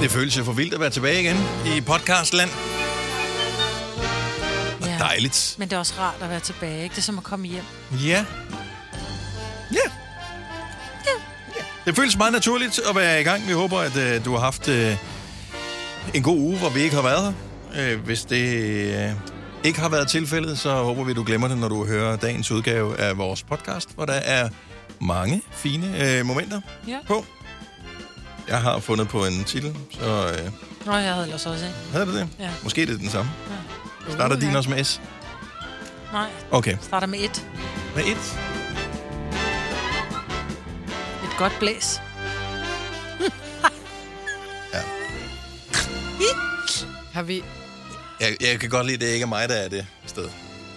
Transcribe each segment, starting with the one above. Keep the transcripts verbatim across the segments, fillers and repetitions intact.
Det føles jo for vildt at være tilbage igen i podcastland. Ja. Dejligt. Men det er også rart at være tilbage, ikke? Det er som at komme hjem. Ja. Ja. Ja. Det føles meget naturligt at være i gang. Vi håber, at uh, du har haft uh, en god uge, hvor vi ikke har været her. Uh, hvis det uh, ikke har været tilfældet, så håber vi, at du glemmer det, når du hører dagens udgave af vores podcast, hvor der er mange fine uh, momenter ja. på. Jeg har fundet på en titel, så... Uh, Nå, jeg havde ellers også, ikke? Havde du det? Ja. Måske er det den samme. Ja. Starter din også med S? Nej. Okay. Starter med et. Med et? Et godt blæs. Ja. Har vi... Jeg, jeg kan godt lide, at det ikke er mig, der er det sted.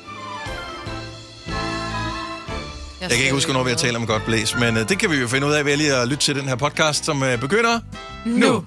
Jeg, jeg kan ikke huske, når vi har talt om godt blæs, men uh, det kan vi jo finde ud af ved lige at lytte til den her podcast, som uh, begynder nu. nu.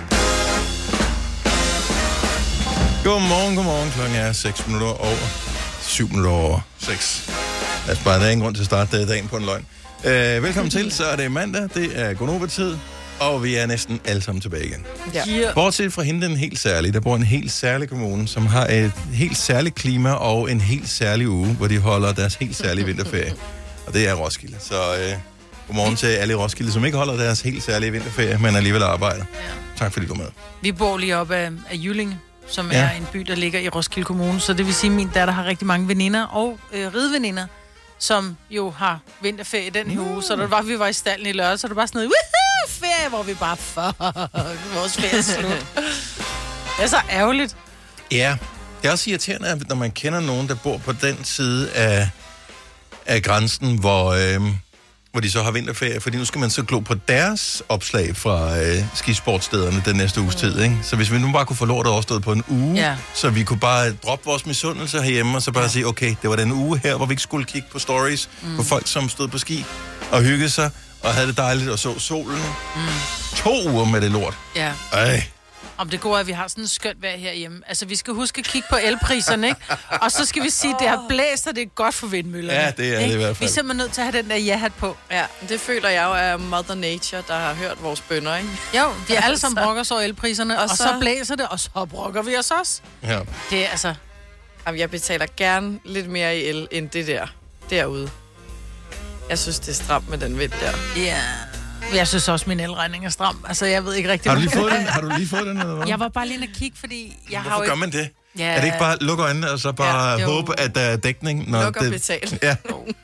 Godmorgen, godmorgen. Klokken er seks minutter over syv minutter over seks. Altså bare, der er ingen grund til at starte dagen på en løgn. Uh, velkommen til, så er det mandag, det er Gonova-tid, og vi er næsten alle sammen tilbage igen. Ja. Bortset fra hende, den helt særlige. Der bor en helt særlig kommune, som har et helt særligt klima og en helt særlig uge, hvor de holder deres helt særlige vinterferie. Og det er Roskilde. Så øh, godmorgen til alle i Roskilde, som ikke holder deres helt særlige vinterferie, men alligevel arbejder. Ja. Tak fordi du er med. Vi bor lige op af, af Jyllinge, som ja. er en by, der ligger i Roskilde Kommune. Så det vil sige, at min datter har rigtig mange veninder og øh, rideveninder, som jo har vinterferie den her mm. uge. Så da var, vi var i stallen i lørdag, så er det bare sådan noget, woohoo, ferie, hvor vi bare, fuck, vores ferie er slut. Det er så ærgerligt. Ja, det er også irriterende, at når man kender nogen, der bor på den side af... af grænsen, hvor, øh, hvor de så har vinterferie, fordi nu skal man så glo på deres opslag fra øh, skisportstederne den næste uges tid, ikke? Så hvis vi nu bare kunne få lort overstået på en uge, ja. så vi kunne bare droppe vores misundelse herhjemme, og så bare ja. sige, okay, det var den uge her, hvor vi ikke skulle kigge på stories mm. på folk, som stod på ski og hyggede sig, og havde det dejligt og så solen. Mm. To uger med det lort. Ja. Ej. Om det går, at vi har sådan en skønt vejr herhjemme. Altså, vi skal huske at kigge på elpriserne, ikke? Og så skal vi sige, at det har blæst, og det er godt for vindmøllerne. Ja, det er det i hvert fald. Vi er simpelthen nødt til at have den der ja-hat på. Ja, det føler jeg jo er Mother Nature, der har hørt vores bønner, ikke? Jo, vi er alle sammen brokker så elpriserne, og, og så... så blæser det, og så brokker vi os også. Ja. Det er altså... Jamen, jeg betaler gerne lidt mere i el, end det der derude. Jeg synes, det er stramt med den vind der. Ja... Jeg synes også, min elregning er stram. Altså, jeg ved ikke rigtig... Har du lige fået den? Har du lige fået den, eller hvad? Jeg var bare lige inde og kigge, fordi jeg Hvorfor har jo gør ikke... man det? Ja. Er det ikke bare lukke øjnene, og så bare ja, håbe, at der er dækning? Når Luk og det... betale. Ja.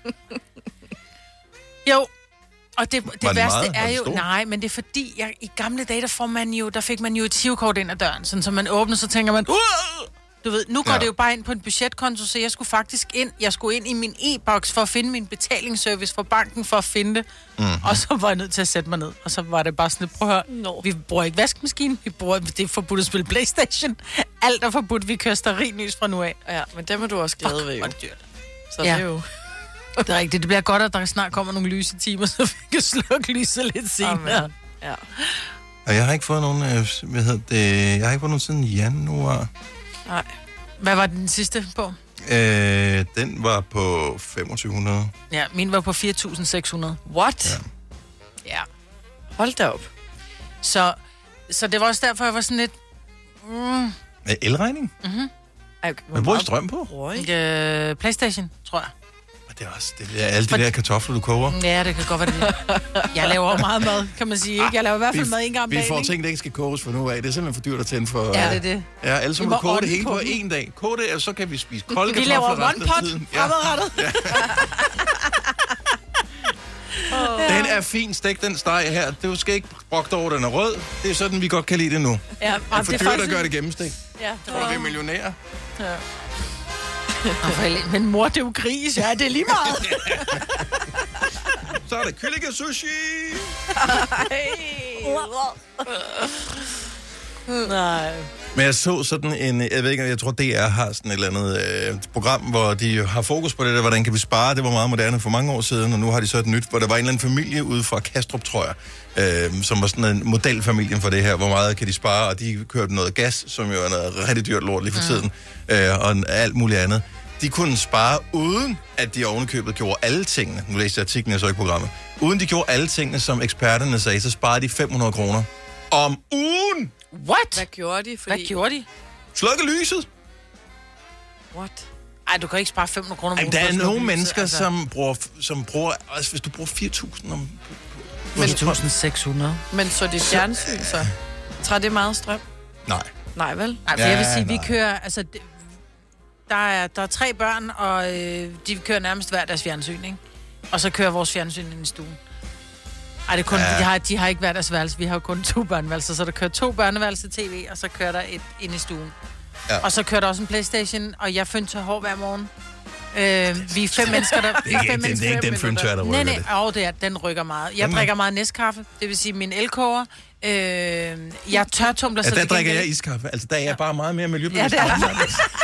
Jo, og det, det det værste meget? er jo... Det nej, men det er fordi, jeg, i gamle dage, der, får man jo, der fik man jo et tivkort ind ad døren. Sådan, så man åbner, så tænker man... Uh! Du ved, nu går ja. det jo bare ind på en budgetkonto, så jeg skulle faktisk ind, jeg skulle ind i min e-boks for at finde min betalingsservice for banken for at finde det. Mm-hmm. Og så var jeg nødt til at sætte mig ned. Og så var det bare sådan, prøv at høre, no. vi bruger ikke vaskemaskine, vi bruger, det er forbudt at spille PlayStation. Alt er forbudt, vi kører stearinlys fra nu af. Ja, men dem er du også glad ved, jo. Det dyrt. Så ja. det er jo... Det er rigtigt, det bliver godt, at der snart kommer nogle lyse timer, så vi kan slukke lyset lidt senere. Ja. Og jeg har ikke fået nogen, hvad hedder det, jeg har ikke fået nogen siden januar. Nej. Hvad var den sidste på? Øh, den var på femogtyve hundrede. Ja, min var på fire tusind seks hundrede. What? Ja. ja. Hold da op. Så, så det var også derfor, jeg var sådan lidt... Mm. Elregning? Mhm. Hvad bruger strøm på? Øh, PlayStation, tror jeg. Det er også det er alle de For... der kartofler, du koger. Ja, det kan godt være det. Jeg laver meget mad, kan man sige. Ikke? Jeg laver i hvert fald mad en gang om dagen. Vi får ikke? ting, der ikke skal koges for nu af. Det er simpelthen for dyrt at tænde for... Ja, det er det. Ja, ellers må du koge det hele på én dag. Koge det, og så kan vi spise kolde vi kartofler resten af tiden. Vi laver one-pot fremadrettet. Ja. Den er fin, stek den steg her. Du skal ikke brokke dig over, den er rød. Det er sådan, vi godt kan lide det nu. Ja, det er for dyrt at gøre det gennemstik. Ja, det tror, vi er millionærer. Ja. Men mor, det er jo gris. Ja, det er lige meget. Så er det kyllingesushi. Nej. Men jeg så sådan en, jeg ved ikke, jeg tror D R har sådan et eller andet øh, program, hvor de har fokus på det der, hvordan kan vi spare, det var meget moderne for mange år siden, og nu har de så et nyt, hvor der var en eller anden familie ude fra Kastrup, tror jeg, øh, som var sådan en modelfamilien for det her, hvor meget kan de spare, og de kørte noget gas, som jo er noget rigtig dyrt lort lige for tiden, øh, og alt muligt andet. De kunne spare, uden at de ovenikøbet gjorde alle tingene, nu læste jeg artiklen, jeg så ikke programmet, uden de gjorde alle tingene, som eksperterne sagde, så sparede de fem hundrede kroner om ugen. What? Hvad gjorde de? Fordi... Hvad gjorde de? Slukke lyset. What? Ej, du kan ikke spare fem hundrede kroner om Ej, ugen der for er at slukke nogle lyset, mennesker, altså. som bruger, som bruger... Altså, hvis du bruger fire tusind om... fire tusind seks hundrede. Men så de fjernsyn, så? Træder det meget strøm? Nej. Nej, vel? Nej, for Ja, jeg vil sige, vi nej. kører... Altså, det- der er, der er tre børn, og øh, de kører nærmest hver deres fjernsyn, ikke? Og så kører vores fjernsyn ind i stuen. Ej, det er kun, Ja. ja. de, har, de har ikke hver deres værelse. Vi har jo kun to børneværelser, så der kører to børneværelser tv, og så kører der et ind i stuen. Ja. Og så kører der også en Playstation, og jeg fynder hår hver morgen. Øh, vi er fem mennesker, der... Det er ikke, det, det er ikke den fyndtør, der rykker Nej, nej, det. åh, det er, den rykker meget. Jeg Jamen. drikker meget næstkaffe, det vil sige min elkoger. Øh, jeg tørtumler, Ja, så der det drikker gengæld- jeg iskaffe. Altså, der er jeg bare meget mere miljøbevidst. Ja, det er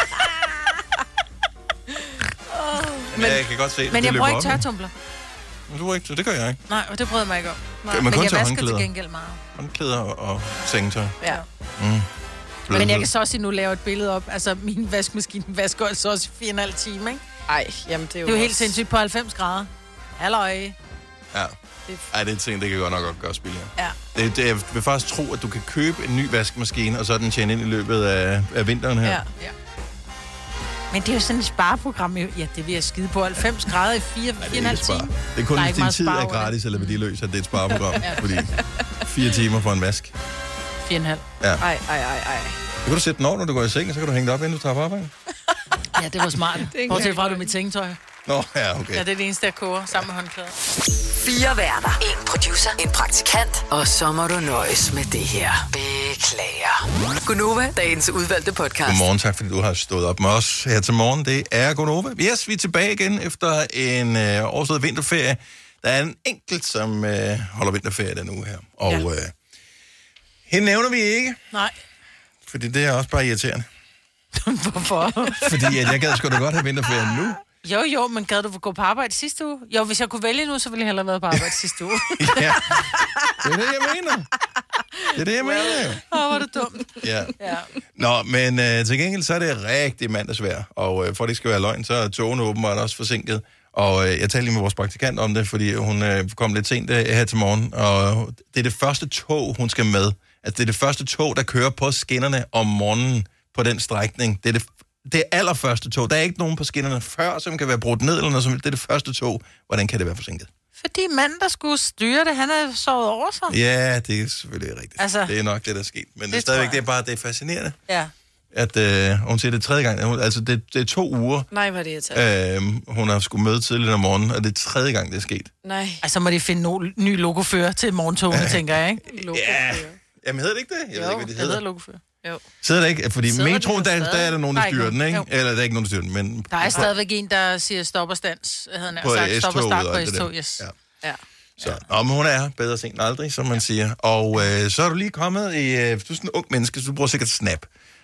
Men jeg kan godt se, Men det jeg løber bruger ikke op i. tørtumbler. Men du bruger ikke, så det gør jeg ikke. Nej, og det bryder jeg mig ikke om. Men kun Men jeg til vasker håndklæder. til gengæld meget. Håndklæder og sengetøj. Ja. Mm. Men jeg kan så også nu lave et billede op. Altså, min vaskemaskine vasker altså også i fire og en halv time, ikke? Ej, jamen det er jo Det er jo helt også- sindssygt på halvfems grader. Halløj. Ja. Ej, det er ting, det kan godt nok godt gøre spil, ja. Ja. Det, det, jeg vil faktisk tro, at du kan købe en ny vaskemaskine, og så er den tjene ind i løbet af, af vinteren her. Ja. Ja. Men det er jo sådan et spareprogram. jo. Ja, det vil jeg skide på. halvfems grader i fire, Nej, fire og en halv ikke spare. time. Det er kun, Der er hvis ikke din meget tid spare er over det. gratis eller værdiløs, at det er et spareprogram. Fordi fire timer for en vask. Fire og en halv. Ja. Ej, ej, ej, ej. Så kan du sætte den over, når du går i seng, og så kan du hænge det op, inden du tager på arbejde. Ja, det var smart. ikke Bortset fra, at du engang mit sengetøj. Nå, ja, okay. Ja, det er det eneste, jeg koger sammen med håndklæder. Fire værter. En producer. En praktikant. Og så må du nøjes med det her. Beklager. Gunova, dagens udvalgte podcast. Godmorgen, tak fordi du har stået op med os her til morgen. Det er Gonova. Yes, vi er tilbage igen efter en øh, overstået vinterferie. Der er en enkelt, som øh, holder vinterferie den uge her. Og Ja. øh, hende nævner vi ikke, Nej. fordi det er også bare irriterende. Hvorfor? Fordi at jeg gad sgu da godt have vinterferie nu. Jo, jo, men gad du gå på arbejde sidste uge? Jo, hvis jeg kunne vælge nu, så ville jeg hellere have været på arbejde sidste uge. Ja, det er det, jeg mener. Det er det, jeg mener. jo. Åh, hvor er det dumt. Ja. Ja. Nå, men øh, til gengæld så er det rigtig mandagsvejr, og øh, for at det ikke skal være løgn, så er togene åbenbart også forsinket. Og øh, jeg talte lige med vores praktikant om det, fordi hun øh, kom lidt sent øh, her til morgen, og det er det første tog, hun skal med. Altså det er det første tog, der kører på skinnerne om morgenen på den strækning. Det er det, det er allerførste tog. Der er ikke nogen på skinnerne før, som kan være brudt ned eller noget som helst. Det er det første tog. Hvordan kan det være forsinket? Fordi manden, der skulle styre det, han er sovet over sig. Ja, det er selvfølgelig rigtigt. Altså, det er nok det, der er sket. Men det, det er det stadigvæk, tror det jeg. er bare det er fascinerende, Ja. at øh, hun siger det tredje gang. Hun- Altså det, det er to uger, Nej, hvad det er taget. øh, hun har skulle møde tidligere om morgenen, og det er tredje gang, det er sket. Nej. Altså må de finde no- ny logofører til morgentogene, tænker jeg, ikke? Logo. Ja. Jamen hedder det ikke det? Jeg Jo, ved ikke, hvad de det hedder. hedder logofører. Jo. Sidder det ikke? Fordi Sidder metroen, det jo der, der stadig? er der nogen, der Der er ikke styrer den, nogen. ikke? Eller der er ikke nogen, der styrer den, men Der er stadigvæk en, der siger stop og stands, hedder han på sagt. Stop og S-toget start og på alt det der. S-tog, yes. Ja. Ja. Så, nå, men hun er bedre sent end aldrig, som man ja. siger. Og øh, så er du lige kommet i... Øh, du er sådan en ung menneske, så du bruger sikkert Snap.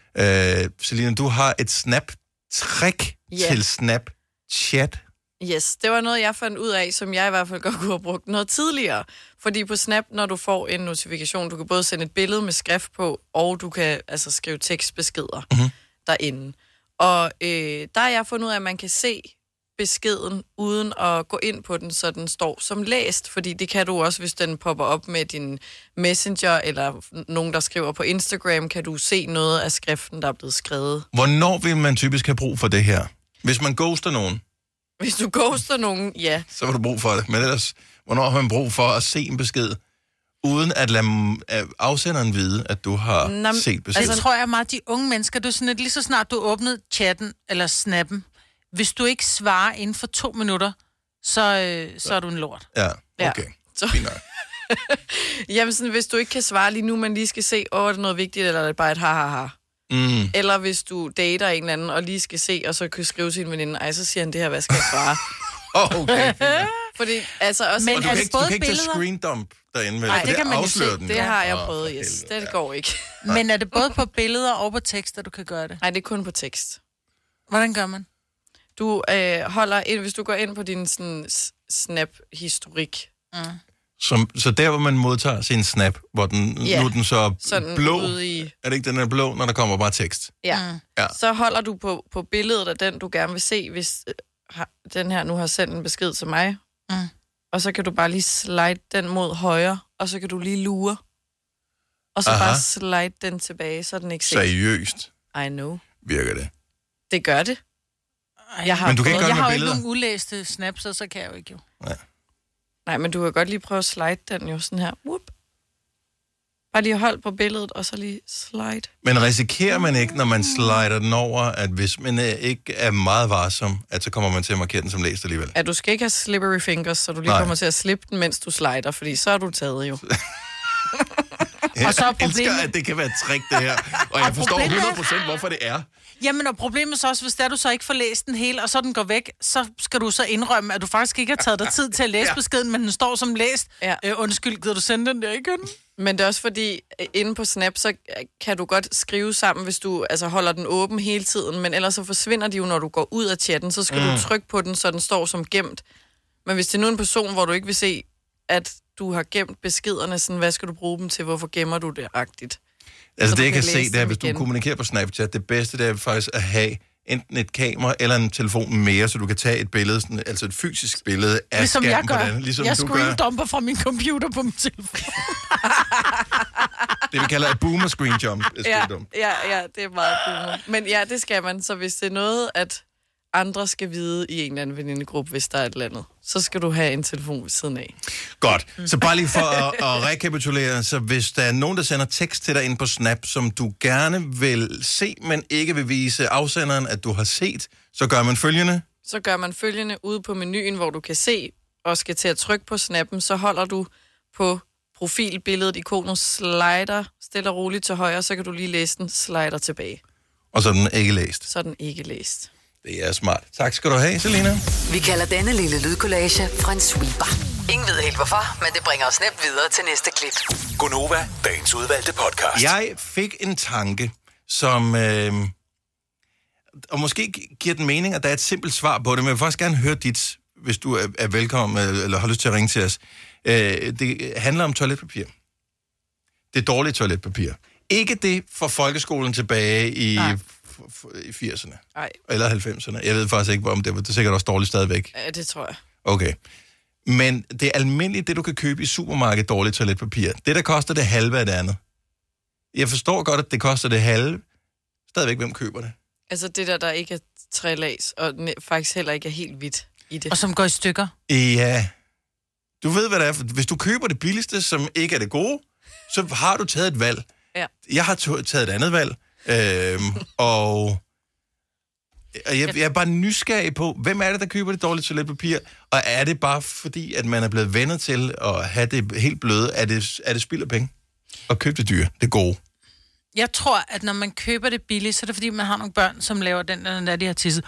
Øh, Selina, du har et Snap-trick Ja. til Snapchat. Yes, det var noget, jeg fandt ud af, som jeg i hvert fald godt kunne have brugt noget tidligere. Fordi på Snap, når du får en notifikation, du kan både sende et billede med skrift på, og du kan altså skrive tekstbeskeder mm-hmm. derinde. Og øh, der har jeg fundet ud af, at man kan se beskeden, uden at gå ind på den, så den står som læst. Fordi det kan du også, hvis den popper op med din Messenger, eller nogen, der skriver på Instagram, kan du se noget af skriften, der er blevet skrevet. Hvornår vil man typisk have brug for det her? Hvis man ghoster nogen, Hvis du ghoster nogen, ja. så har du brug for det. Men ellers, hvornår har man brug for at se en besked, uden at lade øh, afsenderen vide, at du har Nå, men- set beskeden? Altså, Altså- tror jeg meget, de unge mennesker, du er sådan, at lige så snart du åbnede chatten eller snappen, hvis du ikke svarer inden for to minutter, så, øh, så er du en lort. Ja, Ja. okay. Så- Fint nok. Jamen sådan, hvis du ikke kan svare lige nu, men lige skal se, åh, er det noget vigtigt, eller er det bare et ha-ha-ha? Mm. Eller hvis du dater en eller anden, og lige skal se, og så kan skrive til en veninde, ej, så siger han det her, hvad skal jeg svare? Oh, okay, fint nok. Fordi, altså også... Men Og du er kan det ikke, du både kan ikke tage billeder? screen dump derinde, vel? Nej, For det kan man jo afslører se. den det jo. har jeg Åh, prøvet, for yes. helvede, Det går ikke. Men er det både på billeder og på tekster, du kan gøre det? Nej, det er kun på tekst. Hvordan gør man? Du øh, holder ind, hvis du går ind på din sådan, s- snap-historik, Som, så der, hvor man modtager sin snap, hvor den, Ja. nu er den så sådan blå. ude i... Er det ikke den er blå, når der kommer bare tekst? Ja. Mm. Ja. Så holder du på, på billedet af den, du gerne vil se, hvis øh, har, den her nu har sendt en besked til mig. Mm. Og så kan du bare lige slide den mod højre, og så kan du lige lure, og så Aha. bare slide den tilbage, så den ikke set. Seriøst I know. virker det. Det gør det. Jeg har Men du kan ikke gøre Jeg det med har jo ikke billeder. nogen ulæste snaps, så, så kan jeg jo ikke jo. Nej. Nej, men du kan godt lige prøve at slide den jo sådan her. Whoop. Bare lige hold på billedet, og så lige slide. Men risikerer man ikke, når man slider den over, at hvis man øh, ikke er meget varsom, at så kommer man til at markere den som læst alligevel? Ja, du skal ikke have slippery fingers, så du lige Nej. kommer til at slippe den, mens du slider, fordi så er du taget jo. Jeg Og så er elsker, problemet- at det kan være et trick, det her. Og jeg forstår problemet er- hundrede procent, hvorfor det er. Jamen, og problemet er så også, hvis der du så ikke får læst den hele, og så den går væk, så skal du så indrømme, at du faktisk ikke har taget dig tid til at læse Ja. beskeden, men den står som læst. Ja. Øh, undskyld, gider du sende den der igen? Men det er også fordi, øh, inde på Snap, så kan du godt skrive sammen, hvis du altså, holder den åben hele tiden, men ellers så forsvinder de jo, når du går ud af chatten, så skal mm. du trykke på den, så den står som gemt. Men hvis det er nu en person, hvor du ikke vil se, at du har gemt beskederne, sådan, hvad skal du bruge dem til, hvorfor gemmer du det agtigt? Altså Så det, du jeg kan kan se, læse det er, dem hvis du igen. kommunikerer på Snapchat, det bedste, det er faktisk at have enten et kamera eller en telefon mere, så du kan tage et billede, sådan, altså et fysisk billede af Ligesom jeg skærmen gør. på den. Ligesom jeg du gør. screendumper fra min computer på min telefon. Det vi kalder et boomer screen jump. Er Ja, dumt. ja, ja, det er meget boomer. Men ja, det skal man. Så hvis det er noget, at andre skal vide i en eller anden venindegruppe, hvis der er et eller andet, så skal du have en telefon ved siden af. Godt. Så bare lige for at, at rekapitulere, så hvis der er nogen, der sender tekst til dig ind på Snap, som du gerne vil se, men ikke vil vise afsenderen, at du har set, så gør man følgende. Så gør man følgende ude på menuen, hvor du kan se og skal til at trykke på snappen, så holder du på profilbilledet, ikonet slider stille og roligt til højre, så kan du lige læse den, slider tilbage. Og så er den ikke læst. Så er den ikke læst. Det er smart. Tak skal du have, Selina. Vi kalder denne lille lydkollage en sweeper. Ingen ved helt hvorfor, men det bringer os nemt videre til næste klip. Gonova, dagens udvalgte podcast. Jeg fik en tanke, som... Øh, og måske gi- giver den mening, at der er et simpelt svar på det, men jeg vil faktisk gerne høre dit, hvis du er, er velkommen, øh, eller har lyst til at ringe til os. Øh, det handler om toiletpapir. Det er dårligt toiletpapir. Ikke det fra folkeskolen tilbage i, f- f- i firserne. Nej, Eller halvfemserne. Jeg ved faktisk ikke, om det var. Det er sikkert også dårligt stadigvæk. ja, det tror jeg. Okay. Men det er almindeligt, det du kan købe i supermarkedet, dårligt toiletpapir. Det, der koster det halve af det andet. Jeg forstår godt, at det koster det halve. Stadigvæk, hvem køber det? Altså det der, der ikke er tre lags, og ne- faktisk heller ikke er helt hvidt i det. Og som går i stykker. Ja. Du ved, hvad det er. Hvis du køber det billigste, som ikke er det gode, så har du taget et valg. Ja. Jeg har to- taget et andet valg. Øhm, og og jeg, jeg er bare nysgerrig på, hvem er det, der køber det dårlige toiletpapir? Og er det bare fordi, at man er blevet vennet til at have det helt bløde? Er det, er det spild af penge? Og købe det dyre, det gode. Jeg tror, at når man køber det billigt, så er det fordi, man har nogle børn, som laver den der, den der de har tisset.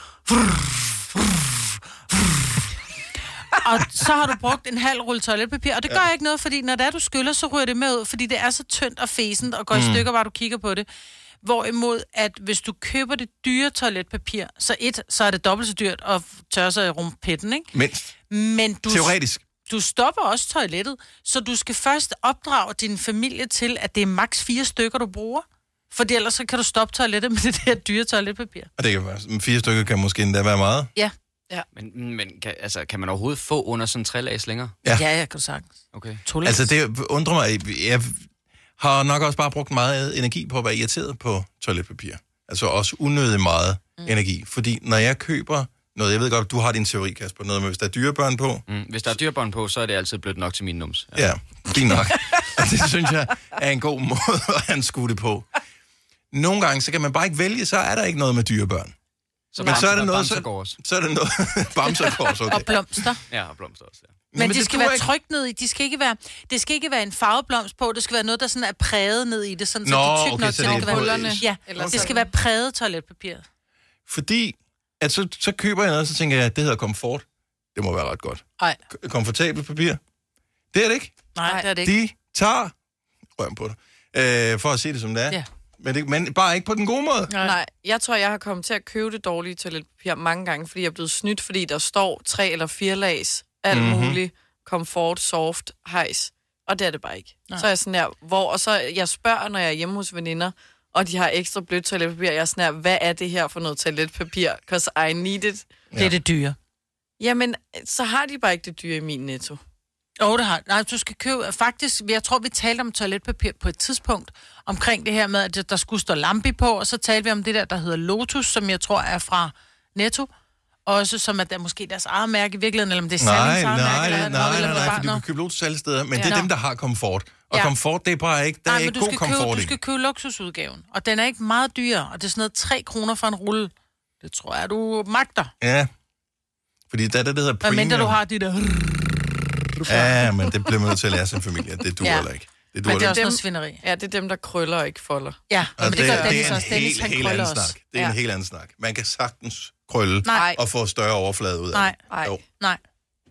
Og så har du brugt en halv rulle toiletpapir, og det gør ja. ikke noget, fordi når det er, du skyller, så ryger det med ud, fordi det er så tyndt og fæsent og går mm. i stykker, bare du kigger på det. Hvorimod, at hvis du køber det dyre toiletpapir, så et, så er det dobbelt så dyrt at tørre sig i rumpetten, ikke? Mindst. Men du, Teoretisk. du stopper også toilettet, så du skal først opdrage din familie til, at det er maks fire stykker, du bruger. Fordi ellers så kan du stoppe toilettet med det der dyre toiletpapir. Og det kan være, fire stykker kan måske endda være meget. Ja. Men, men kan, altså, kan man overhovedet få under sådan tre lags længere? Ja. Ja, jeg kan sagtens. Okay. Altså, det undrer mig. Jeg har nok også bare brugt meget energi på at være irriteret på toiletpapir. Altså også unødig meget mm. energi. Fordi når jeg køber noget, jeg ved godt, du har din teori, Kasper, noget med, hvis der er dyrebørn på. Mm. Hvis der er dyrebånd på, så er det altid blødt nok til min nums. Ja, ja fint nok. Og det synes jeg er en god måde at anskue det på. Nogle gange, så kan man bare ikke vælge, så er der ikke noget med dyrebørn. Så Men så er det noget, så, så... så er det noget, bamser går også, okay. Og blomster. Ja, og blomster også, ja. Men, Men det de skal duer være ikke. trykt ned i. De skal ikke være, det skal ikke være en farveblomst på. Det skal være noget, der sådan er præget ned i det. Sådan, Nå, så det er tykt okay, nok så til, det at er det kan på- være. hullerne. Ja, Eller det sådan. skal være præget toiletpapir. Fordi, at så, så køber jeg noget, og så tænker jeg, det hedder komfort. Det må være ret godt. Nej, K- komfortabelt papir. Det er det ikke. nej, det er det ikke. De tager røven på det, øh, for at se det som det er. Ja. Men, det, men bare ikke på den gode måde. Nej. Nej, jeg tror, jeg har kommet til at købe det dårlige toiletpapir mange gange, fordi jeg er blevet snydt, fordi der står tre eller fire lags, alt Mhm. mm-hmm. muligt, komfort, soft, hejs, og det er det bare ikke. Nej. Så er jeg sådan der, hvor, og så jeg spørger, når jeg er hjemme hos veninder, og de har ekstra blødt toiletpapir, jeg er sådan her, hvad er det her for noget toiletpapir? Because I need it. Det er det dyre. Jamen, så har de bare ikke det dyre i min Netto. Åh, oh, det har. Nej, du skal købe... Faktisk, jeg tror, vi talte om toiletpapir på et tidspunkt, omkring det her med, at der skulle stå lampe på, og så talte vi om det der, der hedder Lotus, som jeg tror er fra Netto. Også som at der måske deres eget mærke i virkeligheden, eller om det er Sallings eget mærke. Nej, eller nej, nej, eller nej, bare for du noget. kan købe Lotus alle steder, men Ja. det er Nå. dem, der har komfort. Og Ja. komfort, det er bare ikke, der Nej, er men ikke du god skal komfort købe, i. du skal købe luksusudgaven, og den er ikke meget dyrere, og det er sådan noget tre kroner for en rulle. Det tror jeg, du magter. Ja, fordi der er det, der hedder Hvad premium. mindre du har de der... Ja, men det bliver man nødt til at lære sin familie. Det duer Ja. heller ikke. Det Men duer det er ikke. også noget svineri. Ja, det er dem, der krøller og ikke folder. Ja, Og men det, det gør er- Dennis det er også. en Dennis, helt, han helt krøller anden også. snak. Det er Ja. en helt anden snak. Man kan sagtens krølle Nej. og få større overflade ud af Nej. det. Nej. Jo. Nej.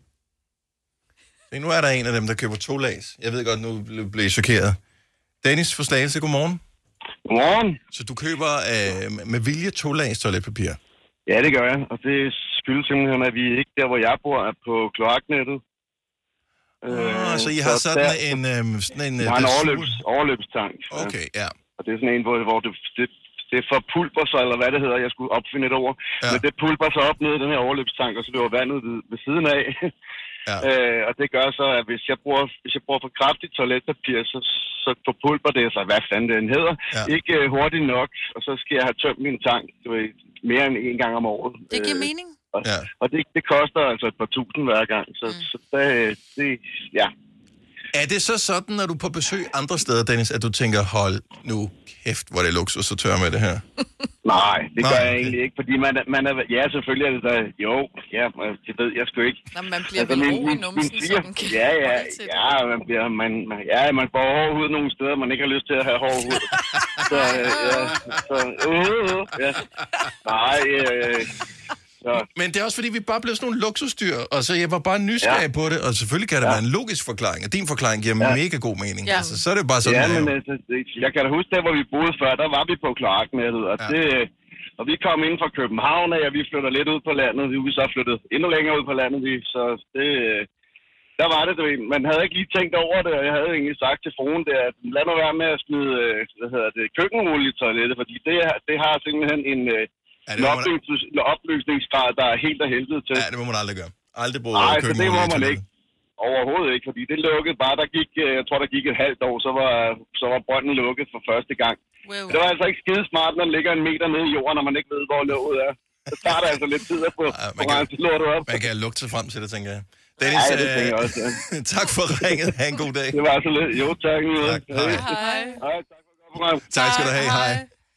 Se, nu er der en af dem, der køber to lags. Jeg ved godt, nu blev jeg chokeret. Dennis for Slagelse, godmorgen. Godmorgen. Så du køber øh, med vilje to lags toiletpapir? Ja, det gør jeg. Og det skyldes simpelthen, at vi ikke der, hvor jeg bor, er på kloaknettet. Øh, så I har sådan der, en... Øh, sådan en, Jeg har en der overløbs, suger- overløbstank. Okay, ja. Og det er sådan en, hvor, hvor det, det, det forpulper sig, eller hvad det hedder. Jeg skulle opfinde et ord. Ja. Men det pulper sig op ned i den her overløbstank, og så løber vandet ved, ved siden af. Ja. øh, og det gør så, at hvis jeg bruger, hvis jeg bruger for kraftigt toiletpapir, så, så forpulper det sig, hvad fanden den hedder. Ja. Ikke uh, hurtigt nok, og så skal jeg have tømt min tank du ved, mere end en gang om året. Det giver Øh, mening. Og, Ja. og det, det koster altså et par tusind hver gang. Så, mm. så det, det, ja. Er det så sådan, når du er på besøg andre steder, Dennis, at du tænker, hold nu kæft, hvor det er luksus at tørre med det her? Nej, det Nej, gør jeg okay. egentlig ikke, fordi man, er- man er... Ja, selvfølgelig er det da... Jo, ja, det ved jeg sgu ikke. Nå, man bliver vel ro i numsen, så sviger- den kan Ja, ja, holde til det. ja, man bliver... Man, man, ja, man får hård hud nogle steder, man ikke har lyst til at have hård hud. så, øh, ja, så... Uh, uh, ja. Nej, øh, så... Men det er også fordi, vi bare blev sådan nogle luksusdyr, og så jeg var bare nysgerrig ja. på det, og selvfølgelig kan der ja. være en logisk forklaring, og din forklaring giver ja. mega god mening. Ja. Altså, så er det bare sådan, Ja, det er men jo. altså, det- jeg kan da huske, der hvor vi boede før, der var vi på kloaknettet, og, Ja. ja. det, og vi kom ind fra København af, og vi flytter lidt ud på landet. Vi er så flyttet endnu længere ud på landet, vi, så det, der var det, du ved, man havde ikke lige tænkt over det, og jeg havde egentlig sagt til fruen der, at lad nu være med at smide, øh, hvad hedder det, køkkenrulle i toilettet, fordi det, det har simpelthen en, øh, Ja, det en må man- opløsnings- opløsningsgrad, der er helt af helvede til. Ja, det må man aldrig gøre. Aldrig bruge Nej, så det køkkenrulle må i man toilettet. ikke. Overhovedet ikke, fordi det lukkede bare, der gik, øh, jeg tror, der gik et halvt år, så var, så var brønden lukket for første gang. Wow. Det var altså ikke skide smart, når den ligger en meter nede i jorden, når man ikke ved, hvor låget er. Så tager det altså lidt tid at få Ja, man kan- renset lortet op. Man kan lugte sig frem til det, tænker jeg. Dennis, Ja, det tænker jeg øh, også, ja. tak for ringet. Ha' en god dag. Det var så lidt. Jo, tak. Tak. Hej. Hej. Hej, tak for godt program. Tak skal du have. Hej.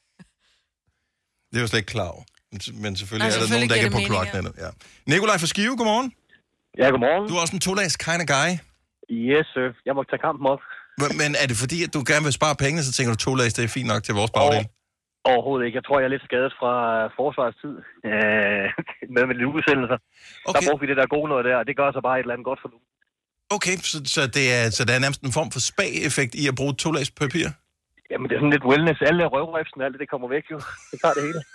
Det er jo slet ikke klar over. Men men selvfølgelig Nej, er der selvfølgelig nogen, der ikke er på giver det kloaknettet. Ja. Nikolaj fra Skive, godmorgen. Ja, godmorgen. Du er også en to-lags kind of guy. Yes, sir. Jeg må tage kampen op. Men- Men er det fordi, at du gerne vil spare penge, så tænker du to-lags, det er fint nok til vores bagdel? Overhovedet ikke. Jeg tror, jeg er lidt skadet fra øh, forsvarets tid øh, med, med lidt udsendelser. Okay. Der Okay, brugte vi det der gode noget der, og det gør så bare et eller andet godt for nu. okay så, så, det er, så der er nærmest en form for spa-effekt i at bruge to-lags papir? Jamen, det er sådan lidt wellness. Alle røvrefsen og alt det, det kommer væk jo. Det tager det hele.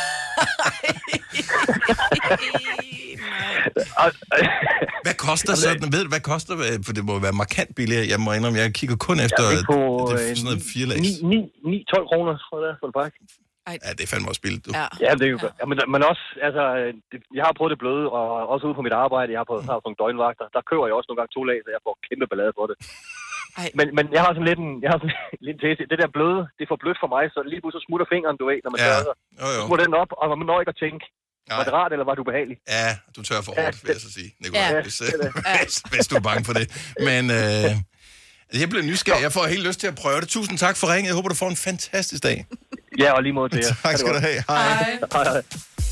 Og, Hvad koster sådan, ved du, hvad koster, for det må være markant billigere. Jeg må indrømme, jeg kigger kun efter jeg fik på det, øh, er sådan noget fire lags. ni til tolv kroner, tror jeg, det er, for en pakke. Ja, det er fandme også billigt, du. Ja. Ja, det er jo godt. Ja, men, men også, altså, det, jeg har prøvet det bløde, og også ude på mit arbejde, jeg har på har nogle døgnvagter, der kører jeg også nogle gange to lag, så jeg får kæmpe ballade på det. Ej. Men, men jeg har sådan lidt en, jeg har sådan lidt til, det der bløde, det er for blødt for mig, så lige pludselig så smutter fingeren, du ved, når man Ja, tørrer. jo jo. Så smutter den op, og man når ikke at tænke, Nej. var det rart, eller var det ubehageligt? Ja, du tør for hårdt, vil jeg så sige, Nicolaj, Ja. hvis, øh, hvis, hvis du er bange for det. Men øh, jeg blev nysgerrig. Jeg får helt lyst til at prøve det. Tusind tak for ringet. Jeg håber, du får en fantastisk dag. Ja, og lige mod til jer. Tak skal du have. Hej. Hej, hej.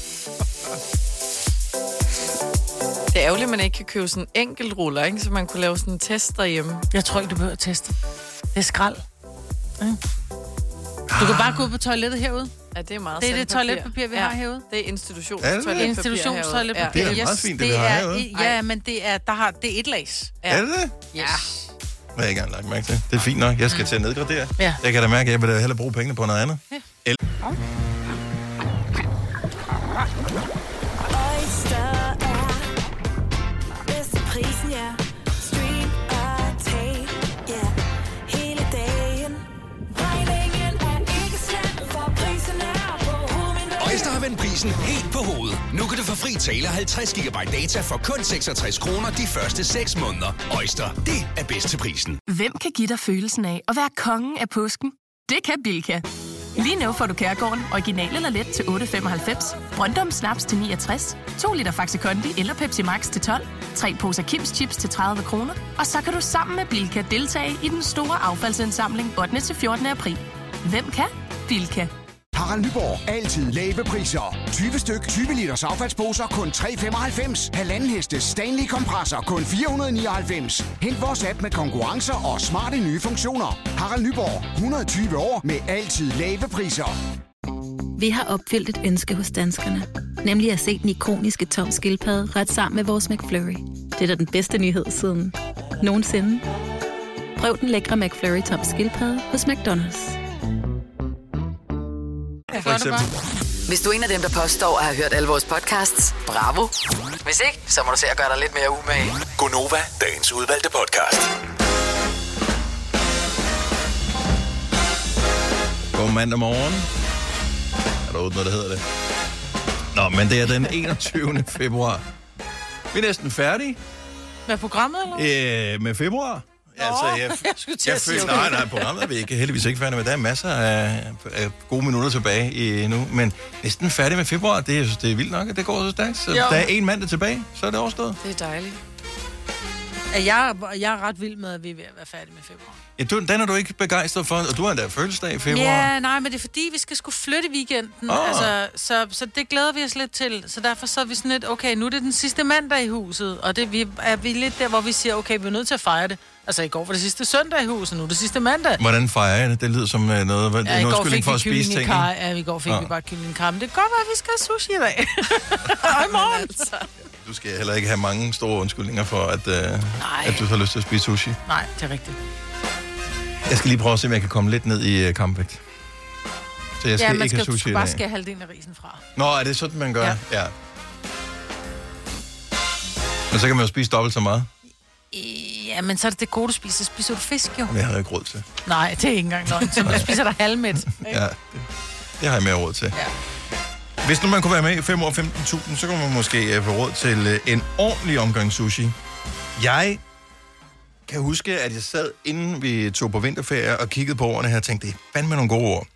Det er ærgerligt, at man ikke kan købe sådan en enkelt ruller, ikke? Så man kunne lave sådan en test derhjemme. Jeg tror ikke, du behøver at teste. Det er skrald. Mm. Du kan bare gå ud på toilettet herude. Ja, det er meget Det er det sandpapir. toiletpapir, vi ja. har herude. Det er institutions Er det det? toiletpapir Institutionstoiletpapir. Det er da meget fint, det vi det har er, herude. Ja, men det er, der har, det er et lags. Ja. Er det det? Yes. Det har jeg ikke engang lagt mærke til. Det er fint nok. Jeg skal til at nedgradere. Ja. Jeg kan da mærke, at jeg vil da hellere bruge pengene på noget andet. Ja. El- Oyster er bedst til prisen, ja. Stream og tag, ja. Hele dagen. Regningen er ikke slem, for prisen er på hovedet. Oyster har vendt prisen helt vendt på hovedet. Nu kan du få fri tale halvtreds gigabyte data for kun seksogtres kroner de første seks måneder. Øjster, det er bedst til prisen. Hvem kan give dig følelsen af at være kongen af påsken? Det kan Bilka. Lige nu får du Kærgården original eller let til otte femoghalvfems, Brøndum Snaps til niogtres, to liter Faxi Kondi eller Pepsi Max til tolv, tre poser Kims Chips til tredive kroner, og så kan du sammen med Bilka deltage i den store affaldsindsamling ottende til fjortende april. Hvem kan? Bilka. Harald Nyborg. Altid lave priser. tyve styk, tyve liters affaldsposer kun tre femoghalvfems. Halvanden heste Stanley kompresser kun fire hundrede nioghalvfems. Hent vores app med konkurrencer og smarte nye funktioner. Harald Nyborg. hundrede og tyve år med altid lave priser. Vi har opfyldt et ønske hos danskerne. Nemlig at se den ikoniske tom skildpadde ret sammen med vores McFlurry. Det er da den bedste nyhed siden nogensinde. Prøv den lækre McFlurry tom skildpadde hos McDonald's. For eksempel. Hvis du er en af dem, der påstår at have hørt alle vores podcasts, bravo. Hvis ikke, så må du se at gøre dig lidt mere umage. Gonova, dagens udvalgte podcast. God mandag morgen. Er der noget, der hedder det? Nå, men det er den enogtyvende februar. Vi er næsten færdige. Med programmet, eller? Øh, med februar. Nå, altså, jeg, jeg skulle til jeg at sige, føler, nej, nej, programmet er vi ikke, heldigvis ikke færdige med. Der er masser af, af gode minutter tilbage i nu, men næsten færdig med februar, det, jeg synes, det er vildt nok, at det går så stærkt. Så jo. der er en mandag tilbage, så er det overstået. Det er dejligt. Jeg, jeg er ret vild med, at vi er ved at være færdige med februar. Ja, du, den er du ikke begejstret for, og du har endda fødselsdag i februar. Ja, nej, men det er fordi, vi skal sgu flytte i weekenden. Oh. Altså, så, så det glæder vi os lidt til. Så derfor så er vi sådan lidt, okay, nu er det den sidste mandag i huset, og det vi, er vi lidt der, hvor vi siger, okay, vi er nødt til at fejre det. Altså, i går var det sidste søndag i huset, nu er det sidste mandag. Hvordan fejrer jeg det? Det lyder som uh, noget, ja, en går undskyldning for at spise ting. Ja, i går fik oh. vi bare kylling i kar, men det kan godt være, at vi skal have sushi i dag. Og i morgen. Altså. Du skal heller ikke have mange store undskyldninger for, at, uh, at du har lyst til at spise sushi. Nej, det er rigtigt. Jeg skal lige prøve at se, om jeg kan komme lidt ned i uh, kampvægt. Så jeg skal ja, man ikke skal, have sushi i bare dag. skære halvdelen af risen fra. Nå, er det sådan, man gør? Ja. ja. Men så kan man jo spise dobbelt så meget. Ja, men så er det det gode, du spiser. Spiser du fisk, jo? Men jeg har ikke råd til. Nej, det er ikke engang løgn. Så du spiser der halvmæt. Ja, det, det har jeg mere råd til. Ja. Hvis nu man kunne være med i fem år femten tusind, så kunne man måske få råd til en ordentlig omgang sushi. Jeg kan huske, at jeg sad, inden vi tog på vinterferie, og kiggede på ordene her, og tænkte, det er fandme nogle gode ord.